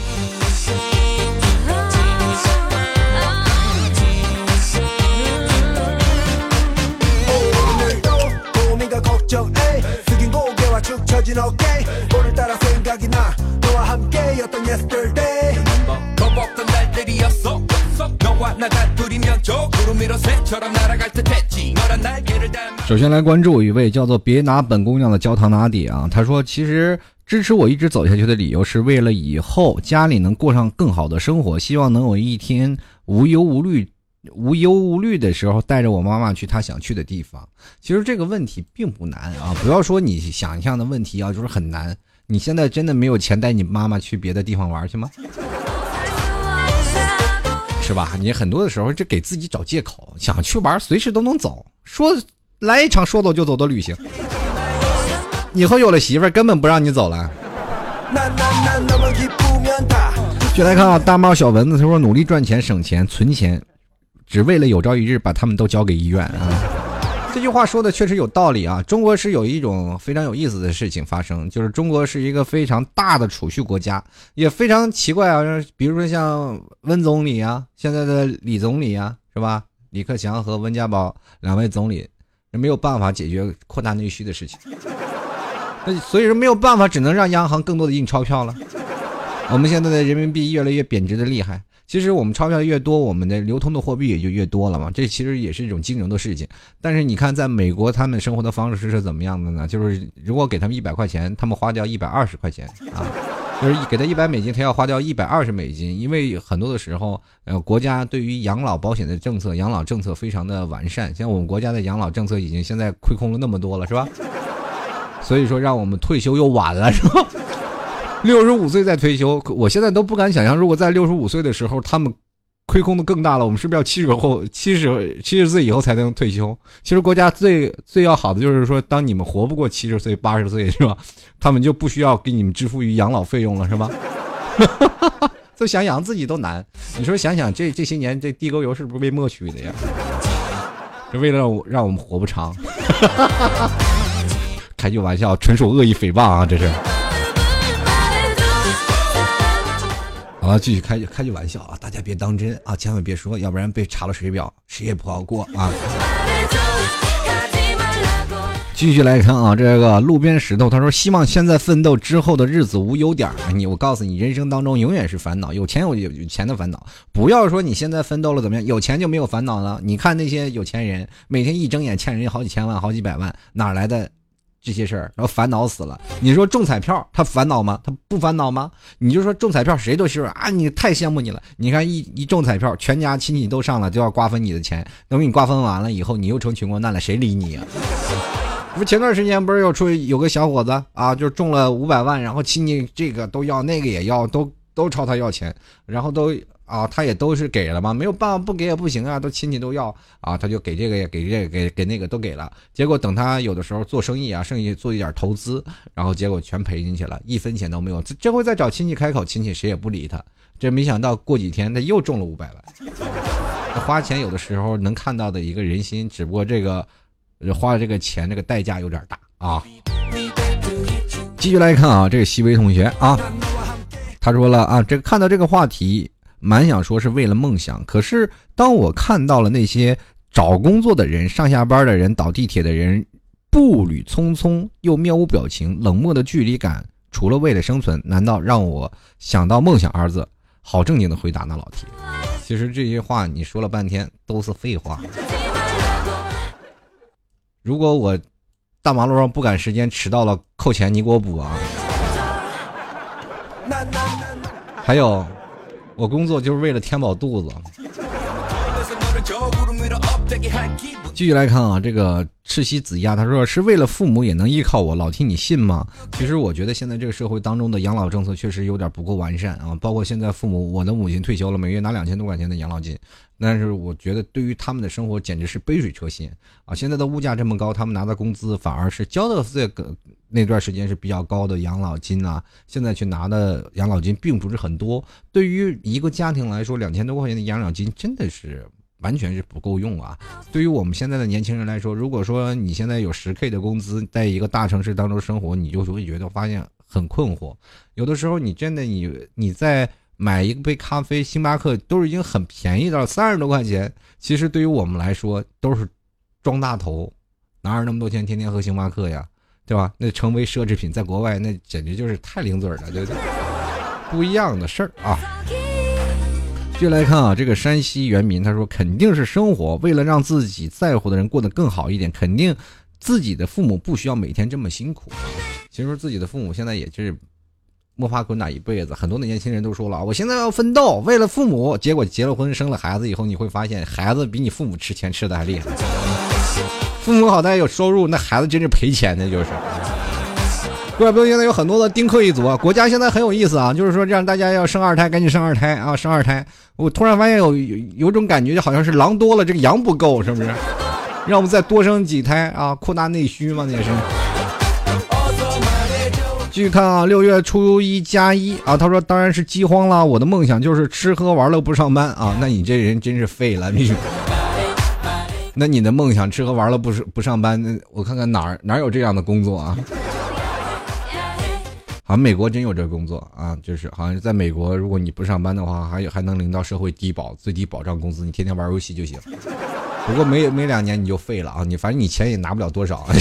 首先来关注一位叫做别拿本姑娘的焦糖拿铁啊，他说其实支持我一直走下去的理由是为了以后家里能过上更好的生活，希望能有一天无忧无虑无忧无虑的时候带着我妈妈去她想去的地方。其实这个问题并不难啊，不要说你想象的问题啊就是很难，你现在真的没有钱带你妈妈去别的地方玩去吗？是吧？你很多的时候就给自己找借口，想去玩随时都能走，说来一场说走就走的旅行，以后有了媳妇儿根本不让你走了。就来看啊，大猫小蚊子他说努力赚钱省钱存钱，只为了有朝一日把他们都交给医院啊。这句话说的确实有道理啊！中国是有一种非常有意思的事情发生，就是中国是一个非常大的储蓄国家，也非常奇怪啊。比如说像温总理啊，现在的李总理啊，是吧？李克强和温家宝两位总理没有办法解决扩大内需的事情，所以说没有办法，只能让央行更多的印钞票了。我们现在的人民币越来越贬值的厉害。其实我们钞票越多，我们的流通的货币也就越多了嘛，这其实也是一种金融的事情。但是你看在美国他们生活的方式是怎么样的呢？就是如果给他们一百块钱，他们花掉一百二十块钱啊，就是给他一百美金，他要花掉一百二十美金。因为很多的时候呃，国家对于养老保险的政策养老政策非常的完善，像我们国家的养老政策已经现在亏空了那么多了，是吧？所以说让我们退休又晚了，是吧？六十五岁再退休，我现在都不敢想象，如果在六十五岁的时候他们亏空的更大了，我们是不是要七十后七十七十岁以后才能退休？其实国家最最要好的就是说，当你们活不过七十岁八十岁，是吧？他们就不需要给你们支付于养老费用了，是吧？就想养自己都难，你说想想这这些年这地沟油是不是被默许的呀？是为了让我让我们活不长。开句玩笑，纯属恶意诽谤啊，这是。好了，继续开开句玩笑啊，大家别当真啊，千万别说，要不然被查了水表，谁也不好过啊。继续来看啊，这个路边石头他说希望现在奋斗之后的日子无忧点。你我告诉你，人生当中永远是烦恼，有钱有有钱的烦恼，不要说你现在奋斗了怎么样，有钱就没有烦恼了。你看那些有钱人每天一睁眼欠人好几千万好几百万，哪来的这些事儿，然后烦恼死了。你说中彩票他烦恼吗？他不烦恼吗？你就说中彩票谁都是啊，你太羡慕你了。你看一一中彩票，全家亲戚都上了，就要瓜分你的钱。等你瓜分完了以后，你又成穷光蛋了，谁理你啊？ 不前段时间不是有出有个小伙子啊，就中了五百万，然后亲戚这个都要，那个也要，都都朝他要钱，然后都啊，他也都是给了嘛，没有办法，不给也不行啊，都亲戚都要啊，他就给这个也给这个给给那个都给了，结果等他有的时候做生意啊，生意做一点投资，然后结果全赔进去了，一分钱都没有。这回再找亲戚开口，亲戚谁也不理他。这没想到过几天他又中了五百万。花钱有的时候能看到的一个人心，只不过这个花这个钱这个代价有点大啊。继续来看啊，这个西薇同学啊，他说了啊，这个看到这个话题蛮想说是为了梦想，可是当我看到了那些找工作的人、上下班的人、倒地铁的人步履匆匆又面无表情、冷漠的距离感，除了为了生存，难道让我想到梦想二字？好正经的回答呢，老铁。其实这些话你说了半天都是废话。如果我大马路上不赶时间迟到了扣钱，你给我补啊。还有我工作就是为了填饱肚子。继续来看啊，这个赤西子亚他说是为了父母也能依靠我，老T你信吗？其实我觉得现在这个社会当中的养老政策确实有点不够完善啊，包括现在父母，我的母亲退休了，每月拿两千多块钱的养老金，但是我觉得对于他们的生活简直是杯水车薪啊！现在的物价这么高，他们拿的工资反而是交的这个那段时间是比较高的养老金啊，现在去拿的养老金并不是很多，对于一个家庭来说，两千多块钱的养老金真的是完全是不够用啊！对于我们现在的年轻人来说，如果说你现在有 十 K 的工资，在一个大城市当中生活，你就会觉得发现很困惑。有的时候你真的你你在买一杯咖啡，星巴克都是已经很便宜的三十多块钱，其实对于我们来说都是装大头，哪有那么多钱天天喝星巴克呀，对吧？那成为奢侈品，在国外那简直就是太零嘴了，对不对？不一样的事儿啊。继续来看啊，这个山西原民他说肯定是生活，为了让自己在乎的人过得更好一点，肯定自己的父母不需要每天这么辛苦。其实自己的父母现在也是摸爬滚打一辈子，很多的年轻人都说了，我现在要奋斗，为了父母，结果结了婚生了孩子以后，你会发现孩子比你父母吃钱吃的还厉害。父母好歹有收入，那孩子真是赔钱的，就是怪不得现在有很多的丁克一族啊，国家现在很有意思啊，就是说让大家要生二胎，赶紧生二胎啊，生二胎。我突然发现有有有种感觉，就好像是狼多了，这个羊不够，是不是？让我们再多生几胎啊，扩大内需嘛，那也是。继续看啊，六月初一加一啊，他说当然是饥荒了，我的梦想就是吃喝玩乐不上班啊，那你这人真是废了，你。那你的梦想吃喝玩乐不不上班，我看看哪儿哪儿有这样的工作啊？好像美国真有这个工作啊，就是好像在美国，如果你不上班的话，还还能领到社会低保最低保障工资，你天天玩游戏就行。不过没没两年你就废了啊，你反正你钱也拿不了多少。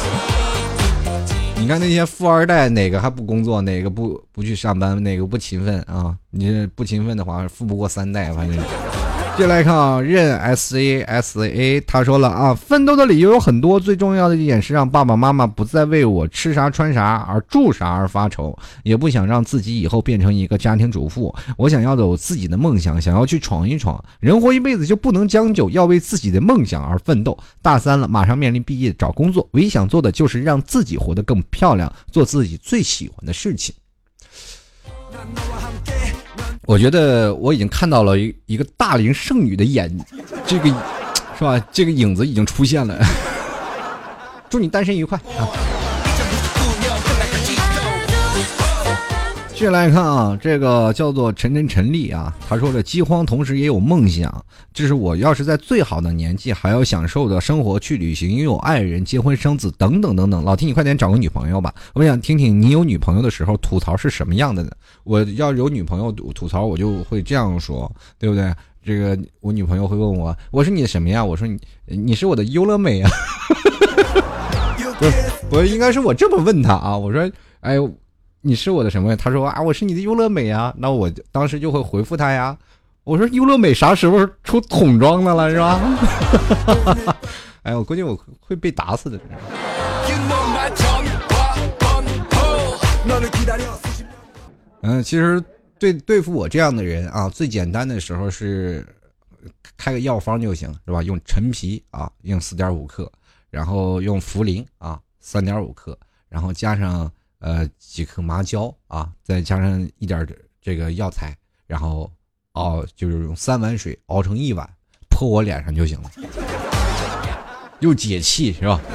你看那些富二代，哪个还不工作，哪个不不去上班，哪个不勤奋啊？你这不勤奋的话，富不过三代，反正。接来看啊，任 S A S A 他说了啊，奋斗的理由有很多，最重要的一点是让爸爸妈妈不再为我吃啥穿啥而住啥而发愁，也不想让自己以后变成一个家庭主妇。我想要有自己的梦想，想要去闯一闯。人活一辈子就不能将就，要为自己的梦想而奋斗。大三了，马上面临毕业找工作，唯一想做的就是让自己活得更漂亮，做自己最喜欢的事情。我觉得我已经看到了一一个大龄剩女的眼，这个是吧？这个影子已经出现了。祝你单身愉快啊！继续来看啊，这个叫做陈陈陈丽啊，他说的饥荒同时也有梦想，这是我要是在最好的年纪还要享受的生活，去旅行，拥有爱人，结婚生子等等等等。老T你快点找个女朋友吧，我想听听你有女朋友的时候吐槽是什么样的呢？我要有女朋友吐槽，我就会这样说，对不对？这个我女朋友会问我，我是你的什么呀？我说你你是我的优乐美啊。不是，我应该是我这么问她啊，我说哎你是我的什么呀？他说啊，我是你的优乐美啊。那我当时就会回复他呀，我说优乐美啥时候出桶装的了是吧？哎，我估计我会被打死的。嗯，其实对对付我这样的人啊，最简单的时候是开个药方就行，是吧？用陈皮啊，用 四点五 克，然后用茯苓啊， 三点五克，然后加上呃几颗麻椒啊，再加上一点这个药材，然后熬就是用三碗水熬成一碗，泼我脸上就行了，又解气是吧？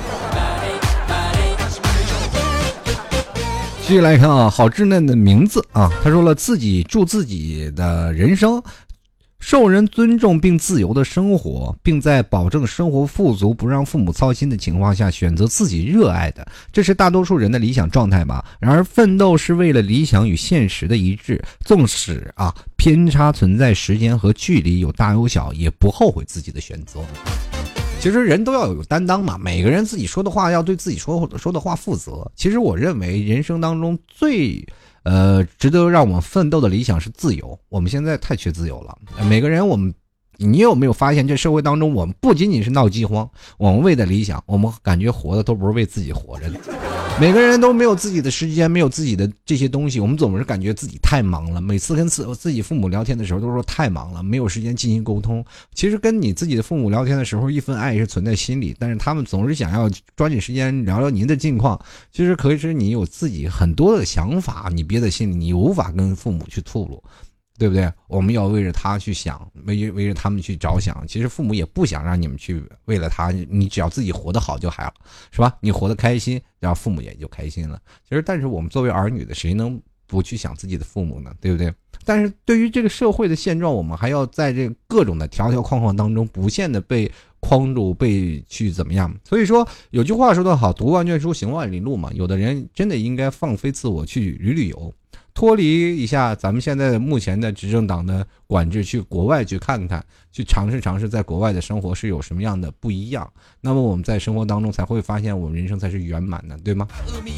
继续来看啊，好稚嫩的名字啊，他说了自己祝自己的人生受人尊重并自由的生活，并在保证生活富足不让父母操心的情况下选择自己热爱的，这是大多数人的理想状态吧。然而奋斗是为了理想与现实的一致，纵使啊偏差存在，时间和距离有大有小，也不后悔自己的选择。其实人都要有担当嘛，每个人自己说的话要对自己说说的话负责。其实我认为人生当中最呃值得让我们奋斗的理想是自由，我们现在太缺自由了。每个人我们你有没有发现，这社会当中我们不仅仅是闹饥荒，我们为的理想，我们感觉活的都不是为自己活着的。每个人都没有自己的时间，没有自己的这些东西，我们总是感觉自己太忙了。每次跟自自己父母聊天的时候都说太忙了，没有时间进行沟通。其实跟你自己的父母聊天的时候，一份爱是存在心里，但是他们总是想要抓紧时间聊聊您的近况。其实可是你有自己很多的想法，你憋在心里，你无法跟父母去吐露，对不对？我们要为着他去想，为为着他们去着想。其实父母也不想让你们去为了他，你只要自己活得好就好了，是吧？你活得开心，然后父母也就开心了。其实，但是我们作为儿女的，谁能不去想自己的父母呢？对不对？但是对于这个社会的现状，我们还要在这各种的条条框框当中，不限的被框住，被去怎么样？所以说，有句话说得好，读万卷书，行万里路嘛。有的人真的应该放飞自我，去旅旅游。脱离一下咱们现在目前的执政党的管制，去国外去看看，去尝试尝试在国外的生活是有什么样的不一样，那么我们在生活当中才会发现我们人生才是圆满的，对吗？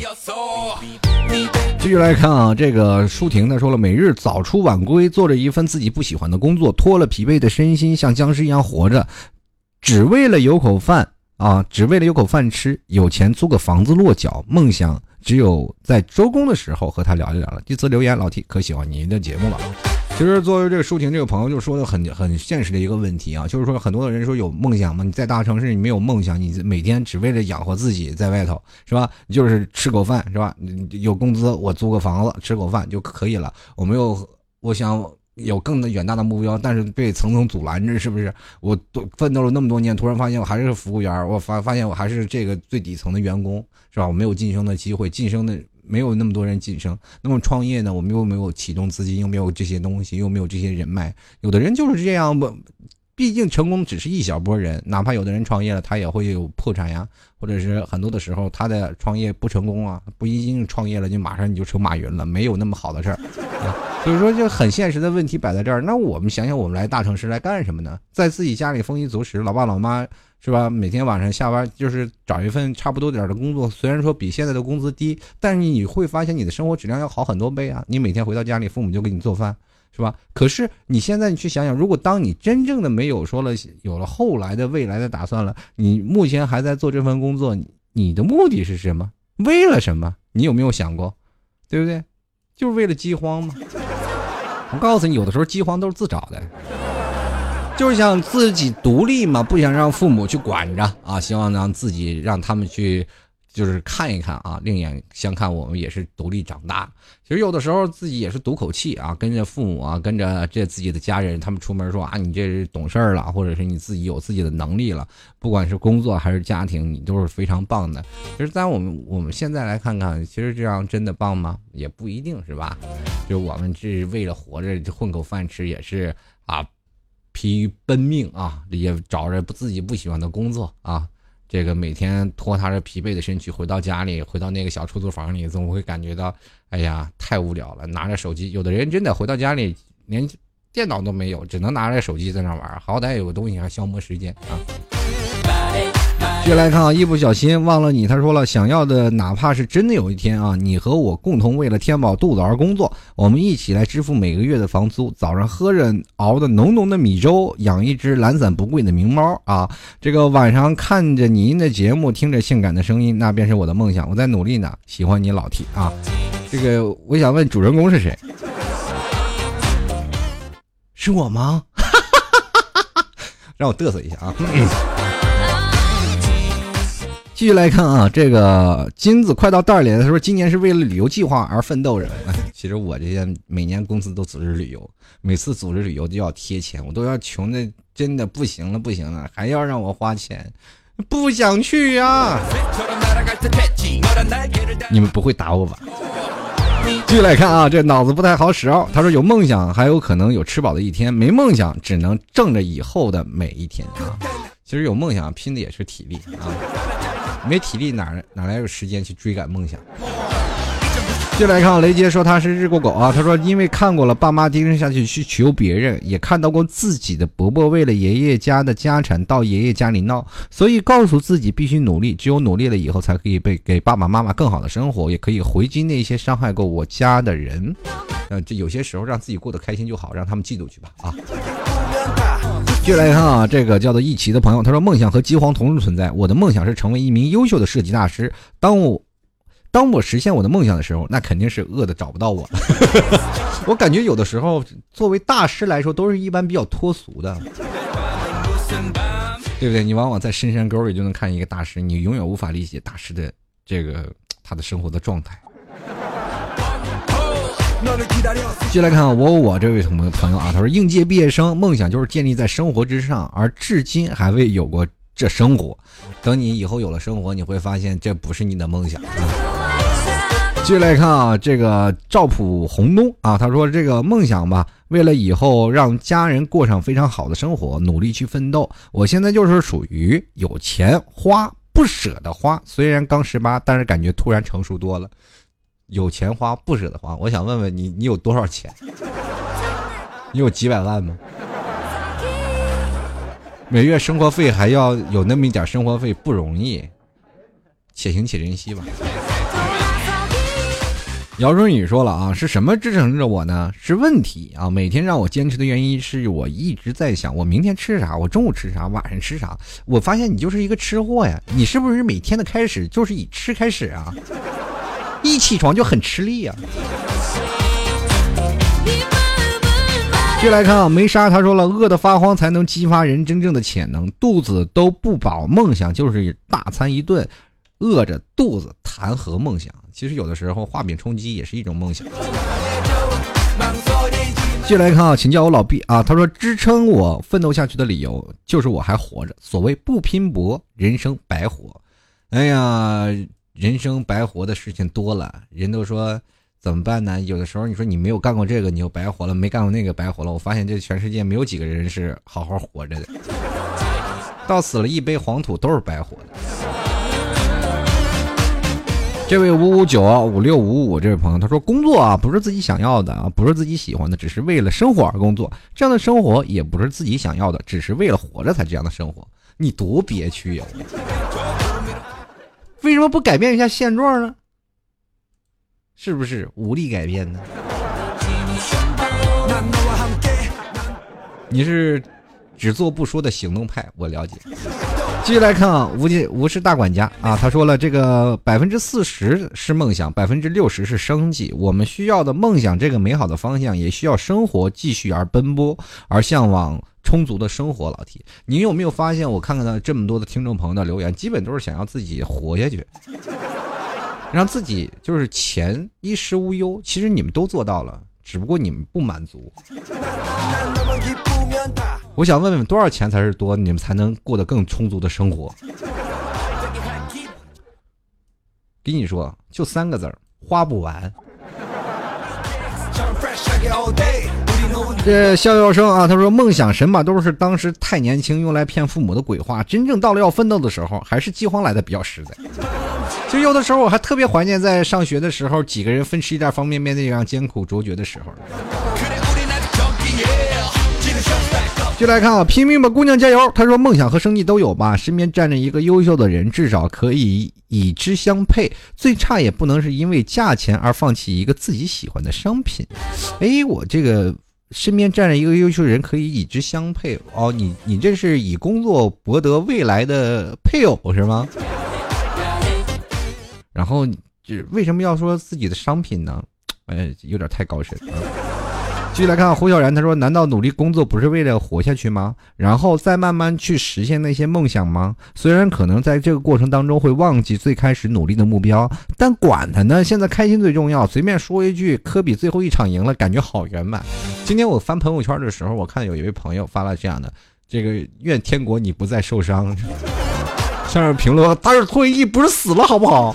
继续来看啊，这个舒婷呢说了，每日早出晚归，做着一份自己不喜欢的工作，拖了疲惫的身心，像僵尸一样活着，只为了有口饭啊，只为了有口饭吃，有钱租个房子落脚，梦想只有在周公的时候和他聊一聊了。这次留言，老 T 可喜欢您的节目了。其实作为这个舒婷这个朋友就说的很很现实的一个问题啊，就是说很多的人说有梦想吗？你在大城市你没有梦想，你每天只为了养活自己在外头是吧？就是吃口饭是吧？有工资我租个房子吃口饭就可以了。我没有，我想有更远大的目标，但是被层层阻拦着，是不是？我奋斗了那么多年，突然发现我还是服务员，我发发现我还是这个最底层的员工，是吧？我没有晋升的机会，晋升的没有那么多人晋升。那么创业呢？我们又没有启动资金，又没有这些东西，又没有这些人脉。有的人就是这样，毕竟成功只是一小波人，哪怕有的人创业了，他也会有破产呀，或者是很多的时候他的创业不成功啊，不一定创业了就马上你就成马云了，没有那么好的事儿啊。所以说就很现实的问题摆在这儿。那我们想想，我们来大城市来干什么呢？在自己家里丰衣足食，老爸老妈是吧？每天晚上下班就是找一份差不多点的工作，虽然说比现在的工资低，但是你会发现你的生活质量要好很多倍啊！你每天回到家里，父母就给你做饭，是吧？可是你现在你去想想，如果当你真正的没有说了有了后来的未来的打算了，你目前还在做这份工作，你的目的是什么？为了什么？你有没有想过？对不对？就是为了饥荒吗？我告诉你，有的时候饥荒都是自找的。就是想自己独立嘛，不想让父母去管着啊，希望让自己让他们去就是看一看啊，另眼相看，我们也是独立长大。其实有的时候自己也是赌口气啊，跟着父母啊，跟着这自己的家人，他们出门说啊，你这是懂事了，或者是你自己有自己的能力了，不管是工作还是家庭，你都是非常棒的。其实在我们我们现在来看看，其实这样真的棒吗？也不一定，是吧？就我们是为了活着混口饭吃，也是啊。疲于奔命啊，也找着自己不喜欢的工作啊，这个每天拖沓着疲惫的身躯回到家里，回到那个小出租房里，总会感觉到哎呀太无聊了，拿着手机，有的人真的回到家里连电脑都没有，只能拿着手机在那玩，好歹有个东西还消磨时间啊。接下来看啊，一不小心忘了你，他说了，想要的哪怕是真的有一天啊，你和我共同为了填饱肚子而工作，我们一起来支付每个月的房租，早上喝着熬的浓浓的米粥，养一只懒散不贵的名猫啊，这个晚上看着您的节目，听着性感的声音，那便是我的梦想，我在努力呢，喜欢你老 T 啊。这个我想问主人公是谁？是我吗？让我嘚瑟一下啊。 继续来看啊，这个金子快到袋里了。他说今年是为了旅游计划而奋斗着。哎，其实我这些每年公司都组织旅游，每次组织旅游就要贴钱，我都要穷的真的不行了不行了，还要让我花钱，不想去啊。你们不会打我吧？继续来看啊，这脑子不太好使哦。他说有梦想还有可能有吃饱的一天，没梦想只能挣着以后的每一天啊。其实有梦想拼的也是体力啊，没体力哪哪来有时间去追赶梦想。接来看雷杰说他是日过狗啊，他说因为看过了爸妈低声下去去求别人，也看到过自己的伯伯为了爷爷家的家产到爷爷家里闹，所以告诉自己必须努力，只有努力了以后才可以被给爸爸妈妈更好的生活，也可以回击那些伤害过我家的人。呃，这有些时候让自己过得开心就好，让他们嫉妒去吧啊。接来看啊，这个叫做一奇的朋友，他说梦想和饥荒同时存在，我的梦想是成为一名优秀的设计大师，当我当我实现我的梦想的时候，那肯定是饿的找不到我我感觉有的时候作为大师来说都是一般比较脱俗的，对不对？你往往在深山沟里就能看一个大师，你永远无法理解大师的这个他的生活的状态。继续来看我我这位朋友啊，他说应届毕业生梦想就是建立在生活之上，而至今还未有过这生活，等你以后有了生活，你会发现这不是你的梦想。继续来看啊，这个赵普红东啊，他说这个梦想吧，为了以后让家人过上非常好的生活，努力去奋斗。我现在就是属于有钱花不舍得花，虽然刚十八，但是感觉突然成熟多了。有钱花不舍得花，我想问问你，你有多少钱？你有几百万吗？每月生活费还要有那么一点生活费不容易，且行且珍惜吧。姚春雨说了啊，是什么支撑着我呢？是问题啊！每天让我坚持的原因是我一直在想，我明天吃啥，我中午吃啥，晚上吃啥。我发现你就是一个吃货呀，你是不是每天的开始就是以吃开始啊？一起床就很吃力啊。接来看啊，梅莎他说了，饿得发慌才能激发人真正的潜能，肚子都不饱，梦想就是大餐一顿，饿着肚子谈何梦想？其实有的时候画饼充饥也是一种梦想。接来看啊，请叫我老毕啊，他说支撑我奋斗下去的理由就是我还活着，所谓不拼搏，人生白活。哎呀，人生白活的事情多了，人都说怎么办呢？有的时候你说你没有干过这个，你又白活了；没干过那个，白活了。我发现这全世界没有几个人是好好活着的，到死了一杯黄土都是白活的。这位五五九五六五五这位朋友他说，工作啊不是自己想要的啊，不是自己喜欢的，只是为了生活而工作。这样的生活也不是自己想要的，只是为了活着才这样的生活。你多憋屈呀！为什么不改变一下现状呢？是不是无力改变呢？你是只做不说的行动派，我了解。继续来看啊，无无视大管家啊，他说了，这个百分之四十是梦想，百分之六十是生计。我们需要的梦想这个美好的方向，也需要生活继续而奔波，而向往充足的生活。老T，你有没有发现，我看看到这么多的听众朋友的留言，基本都是想要自己活下去，让自己就是钱衣食无忧。其实你们都做到了，只不过你们不满足。我想问问，多少钱才是多，你们才能过得更充足的生活？跟你说，就三个字儿，花不完。这逍遥生啊，他说梦想神嘛，都是当时太年轻用来骗父母的鬼话，真正到了要奋斗的时候，还是饥荒来的比较实在。其实有的时候我还特别怀念在上学的时候，几个人分吃一袋方便面那样艰苦卓绝的时候。就来看啊，拼命吧姑娘加油。他说梦想和生计都有吧，身边站着一个优秀的人，至少可以以之相配，最差也不能是因为价钱而放弃一个自己喜欢的商品。诶，我这个身边站着一个优秀人可以以之相配哦，你你这是以工作博得未来的配偶是吗？然后为什么要说自己的商品呢？哎，有点太高深了。 继续来看胡小然，他说难道努力工作不是为了活下去吗？然后再慢慢去实现那些梦想吗？虽然可能在这个过程当中会忘记最开始努力的目标，但管他呢，现在开心最重要。随便说一句科比最后一场赢了，感觉好圆满。今天我翻朋友圈的时候，我看有一位朋友发了这样的，这个愿天国你不再受伤，上面评论他是退役不是死了好不好？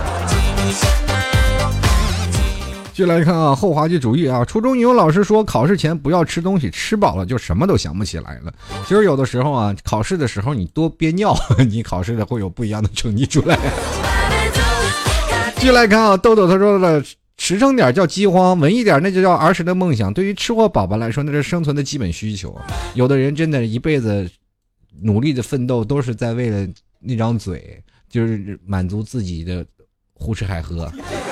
继续来看啊，后滑稽主义啊，初中语文老师说考试前不要吃东西，吃饱了就什么都想不起来了。其实有的时候啊，考试的时候你多憋尿，你考试的会有不一样的成绩出来。继续来看啊，豆豆他说了，实诚点叫饥荒，文艺点那就叫儿时的梦想。对于吃货宝宝来说，那是生存的基本需求。有的人真的一辈子努力的奋斗，都是在为了那张嘴，就是满足自己的胡吃海喝。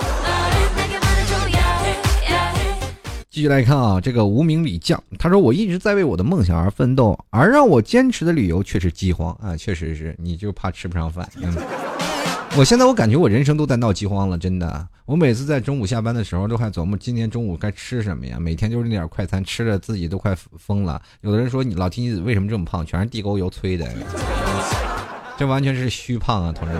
继续来看啊，这个无名李将他说，我一直在为我的梦想而奋斗，而让我坚持的理由却是饥荒啊，确实是，你就怕吃不上饭。嗯，我现在我感觉我人生都在闹饥荒了，真的。我每次在中午下班的时候都还琢磨今天中午该吃什么呀，每天就是那点快餐，吃了自己都快疯了。有的人说你老提你为什么这么胖，全是地沟油催的，这完全是虚胖啊，同志们。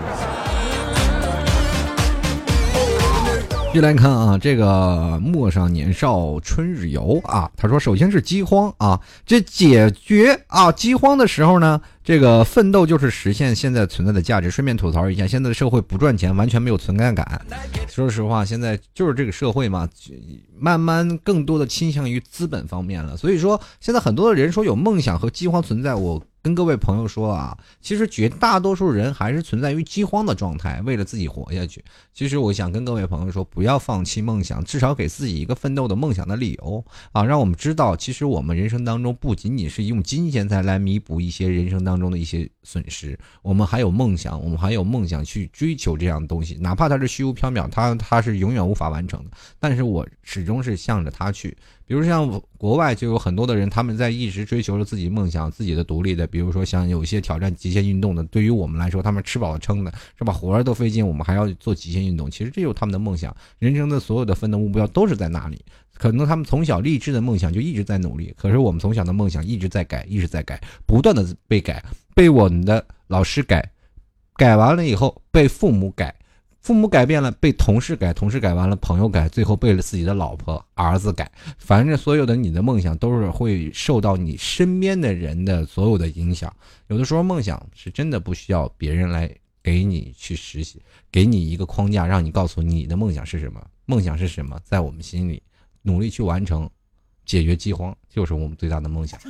继续来看啊，这个陌上年少春日游啊，他说首先是饥荒啊，这解决啊饥荒的时候呢，这个奋斗就是实现现在存在的价值。顺便吐槽一下，现在的社会不赚钱完全没有存在感。说实话，现在就是这个社会嘛，慢慢更多的倾向于资本方面了。所以说现在很多的人说有梦想和饥荒存在，我跟各位朋友说啊，其实绝大多数人还是存在于饥荒的状态，为了自己活下去。其实我想跟各位朋友说，不要放弃梦想，至少给自己一个奋斗的梦想的理由啊，让我们知道，其实我们人生当中不仅仅是用金钱财来弥补一些人生当中的一些损失，我们还有梦想，我们还有梦想去追求这样的东西，哪怕它是虚无缥缈，它它是永远无法完成的，但是我始终是向着它去。比如像国外就有很多的人，他们在一直追求着自己梦想，自己的独立的，比如说像有一些挑战极限运动的，对于我们来说他们吃饱了撑的是吧，活着都费劲，我们还要做极限运动，其实这就是他们的梦想。人生的所有的奋斗目标都是在那里，可能他们从小励志的梦想就一直在努力，可是我们从小的梦想一直在改，一直在改，不断的被改，被我们的老师改，改完了以后被父母改，父母改变了，被同事改，同事改完了，朋友改，最后被了自己的老婆儿子改。反正所有的你的梦想都是会受到你身边的人的所有的影响。有的时候梦想是真的不需要别人来给你去实现，给你一个框架，让你告诉你的梦想是什么。梦想是什么，在我们心里努力去完成，解决饥荒就是我们最大的梦想。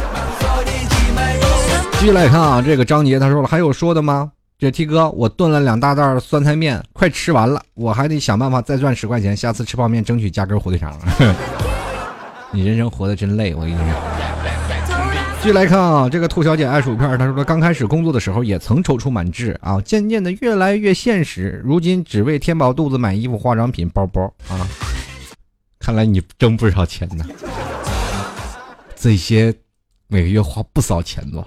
继续来看啊，这个张杰他说了，还有说的吗？这 T 哥，我炖了两大袋酸菜面，快吃完了，我还得想办法再赚十块钱，下次吃泡面争取加根火腿肠。你人生活得真累，我跟你说。继续来看啊，这个兔小姐爱薯片，她说刚开始工作的时候也曾踌躇满志啊，渐渐的越来越现实，如今只为填饱肚子买衣服、化妆品、包包啊。看来你挣不少钱呢，这些每个月花不少钱吧。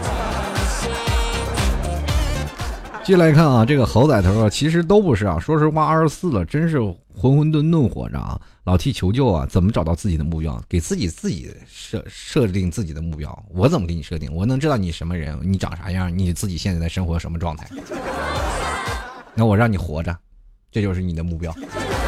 继续来看啊，这个猴仔他说其实都不是啊，说实话二十四了，真是浑浑沌沌活着啊，老替求救啊，怎么找到自己的目标？给自己自己设设定自己的目标，我怎么给你设定？我能知道你什么人，你长啥样，你自己现在在生活什么状态？那我让你活着，这就是你的目标。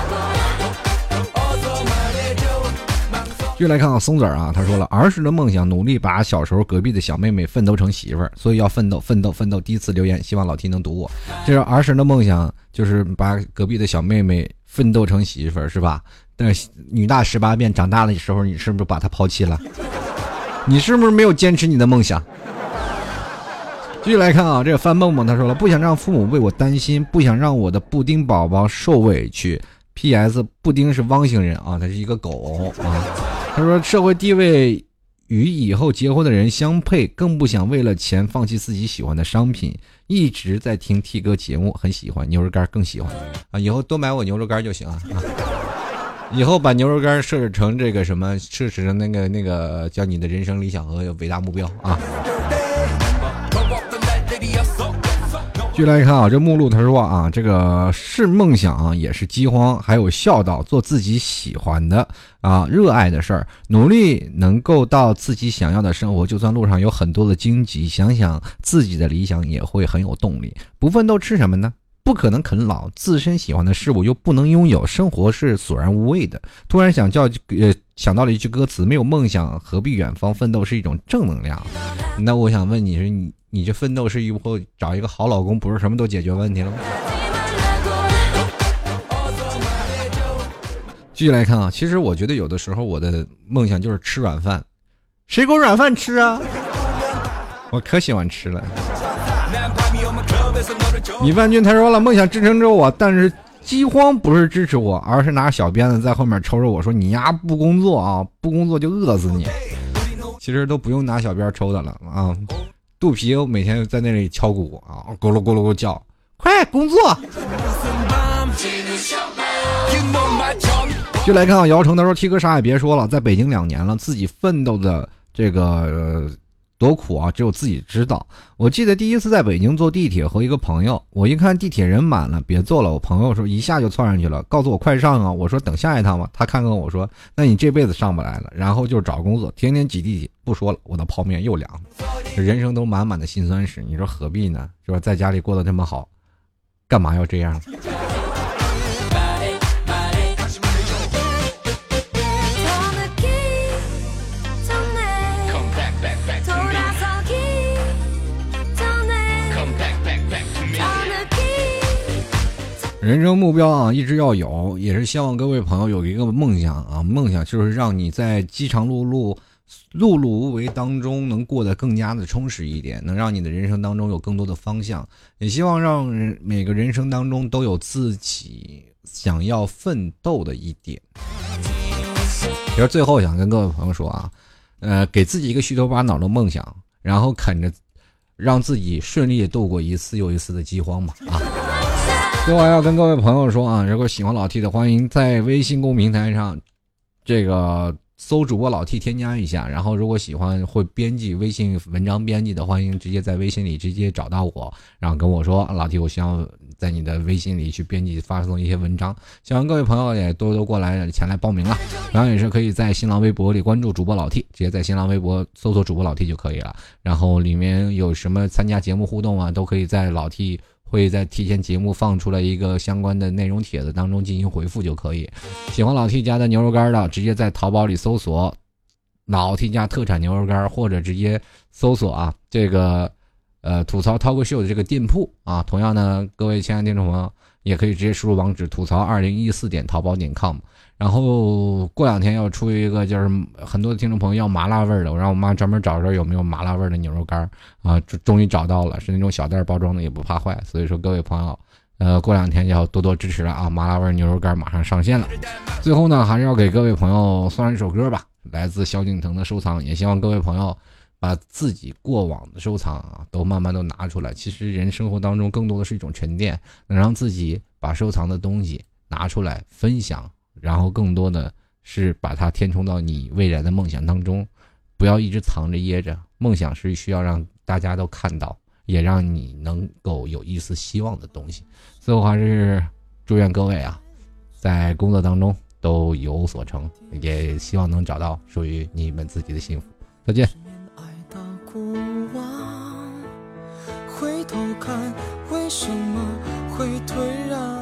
继续来看啊，松子啊，他说了，儿时的梦想，努力把小时候隔壁的小妹妹奋斗成媳妇儿，所以要奋斗奋斗奋斗。第一次留言，希望老 T 能读我。这是儿时的梦想，就是把隔壁的小妹妹奋斗成媳妇儿，是吧？但是女大十八变，长大的时候，你是不是把她抛弃了？你是不是没有坚持你的梦想？继续来看啊，这个范梦梦他说了，不想让父母为我担心，不想让我的布丁宝宝受委屈。P S 布丁是汪星人啊，他是一个狗啊。他说社会地位与以后结婚的人相配，更不想为了钱放弃自己喜欢的商品。一直在听 T 哥节目，很喜欢牛肉干，更喜欢啊，以后多买我牛肉干就行啊。以后把牛肉干设置成这个什么，设置成那个那个叫你的人生理想和伟大目标啊。继继续来看啊，这目录他说啊，这个是梦想啊，也是饥荒，还有孝道，做自己喜欢的啊，热爱的事儿，努力能够到自己想要的生活。就算路上有很多的荆棘，想想自己的理想也会很有动力。不奋斗吃什么呢？不可能啃老，自身喜欢的事物又不能拥有，生活是索然无味的。突然想叫呃想到了一句歌词：没有梦想何必远方？奋斗是一种正能量。那我想问你是你你这奋斗是以后找一个好老公，不是什么都解决问题了吗？继续来看啊，其实我觉得有的时候我的梦想就是吃软饭，谁给我软饭吃啊？我可喜欢吃了。米饭君他说了，梦想支撑着我，但是饥荒不是支持我，而是拿小鞭子在后面抽着我说，你丫不工作啊，不工作就饿死你。其实都不用拿小鞭抽的了啊，肚皮每天在那里敲鼓啊，咕噜咕噜咕叫，快工作。就来看啊，姚成他说 T 哥啥也别说了，在北京两年了，自己奋斗的这个、呃多苦啊，只有自己知道。我记得第一次在北京坐地铁和一个朋友，我一看地铁人满了，别坐了，我朋友说一下就窜上去了，告诉我快上啊，我说等下一趟吧。他看看我说，那你这辈子上不来了。然后就找工作，天天挤地铁，不说了，我的泡面又凉了。这人生都满满的辛酸史，你说何必呢？是吧？在家里过得这么好，干嘛要这样？人生目标啊，一直要有，也是希望各位朋友有一个梦想啊，梦想就是让你在饥肠辘辘、碌碌无为当中能过得更加的充实一点，能让你的人生当中有更多的方向。也希望让每个人生当中都有自己想要奋斗的一点。其实最后想跟各位朋友说啊，呃，给自己一个虚头巴脑的梦想，然后啃着，让自己顺利的度过一次又一次的饥荒嘛啊。最后要跟各位朋友说啊，如果喜欢老 T 的，欢迎在微信公平台上这个搜主播老 T 添加一下，然后如果喜欢会编辑微信文章编辑的，欢迎直接在微信里直接找到我，然后跟我说老 T 我希望在你的微信里去编辑发送一些文章，希望各位朋友也多多过来前来报名了。然后也是可以在新浪微博里关注主播老 T， 直接在新浪微博搜索主播老 T 就可以了，然后里面有什么参加节目互动啊，都可以在老 T会在提前节目放出来一个相关的内容帖子当中进行回复就可以。喜欢老 T 家的牛肉干的，直接在淘宝里搜索老 T 家特产牛肉干，或者直接搜索啊这个呃吐槽talk show的这个店铺啊。同样呢，各位亲爱的听众朋友也可以直接输入网址吐槽二零一四点淘宝点 com。然后过两天要出一个，就是很多的听众朋友要麻辣味的，我让我妈专门找找有没有麻辣味的牛肉干啊，终于找到了，是那种小袋包装的，也不怕坏。所以说各位朋友，呃，过两天要多多支持了啊！麻辣味牛肉干马上上线了。最后呢，还是要给各位朋友送上一首歌吧，来自萧敬腾的《收藏》，也希望各位朋友把自己过往的收藏啊，都慢慢都拿出来。其实人生活当中更多的是一种沉淀，能让自己把收藏的东西拿出来分享。然后更多的是把它填充到你未来的梦想当中，不要一直藏着掖着，梦想是需要让大家都看到，也让你能够有一丝希望的东西。最后还是祝愿各位啊，在工作当中都有所成，也希望能找到属于你们自己的幸福。再见。回头看，为什么会退让？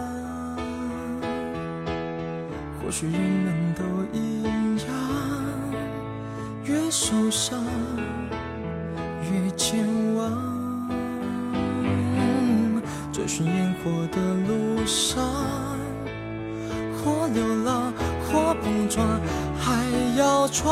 或许人们都一样，越受伤越健忘。追寻烟火的路上，或流浪，或碰撞，还要闯。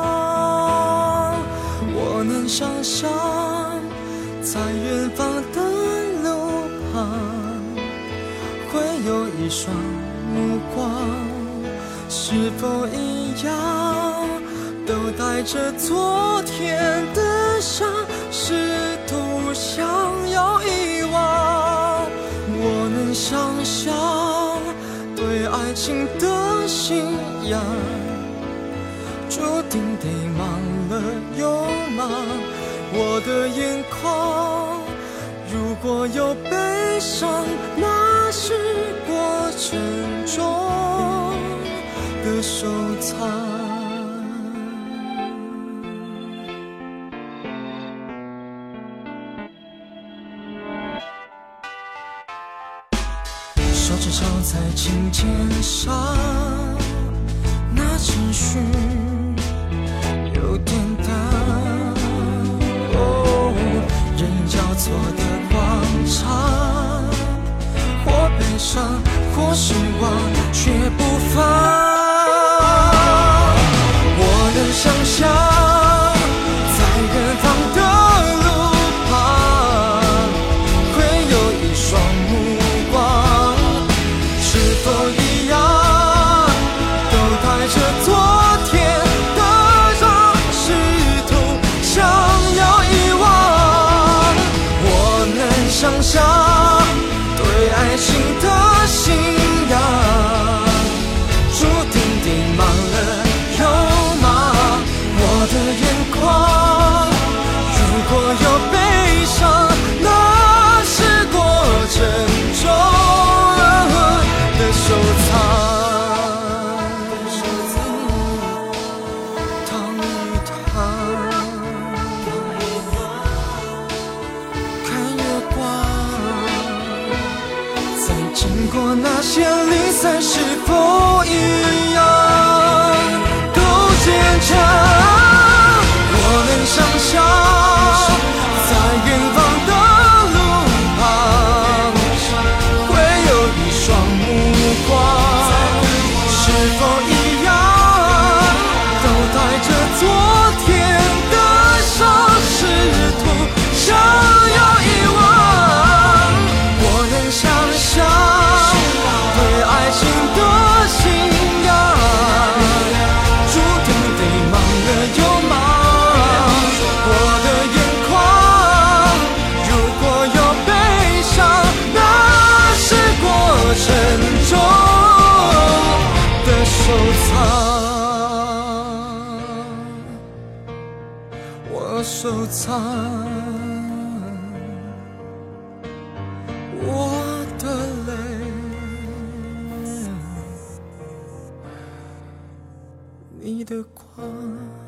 我能想象，在远方的路旁，会有一双目光。是否一样，都带着昨天的伤，试图想要遗忘。我能想象，对爱情的信仰，注定得忙了又忙。我的眼眶，如果果有悲伤，那是过程中的收藏。手指抄在琴键上，那情绪有点淡。哦，人影交错的广场，或悲伤，或失望，却不放。我能想象，在远方的路旁，会有一双目光，是否一样，都带着昨天的让试图想要遗忘。我能想象对爱情的信仰，注定地忙了又忙。我的眼眶如果有悲伤，那是过程中的收藏。躺一躺，看月光，再经过那些离散，是否一样都坚强。我能想象，在远方的路旁，会有一双目光，是否一样，都带着昨天的伤，试图想要遗忘。我能想象对爱情的信仰，注定得忙了又忙。我的眼眶如果有悲伤，那是过程中的收藏。我收藏我的泪，你的光。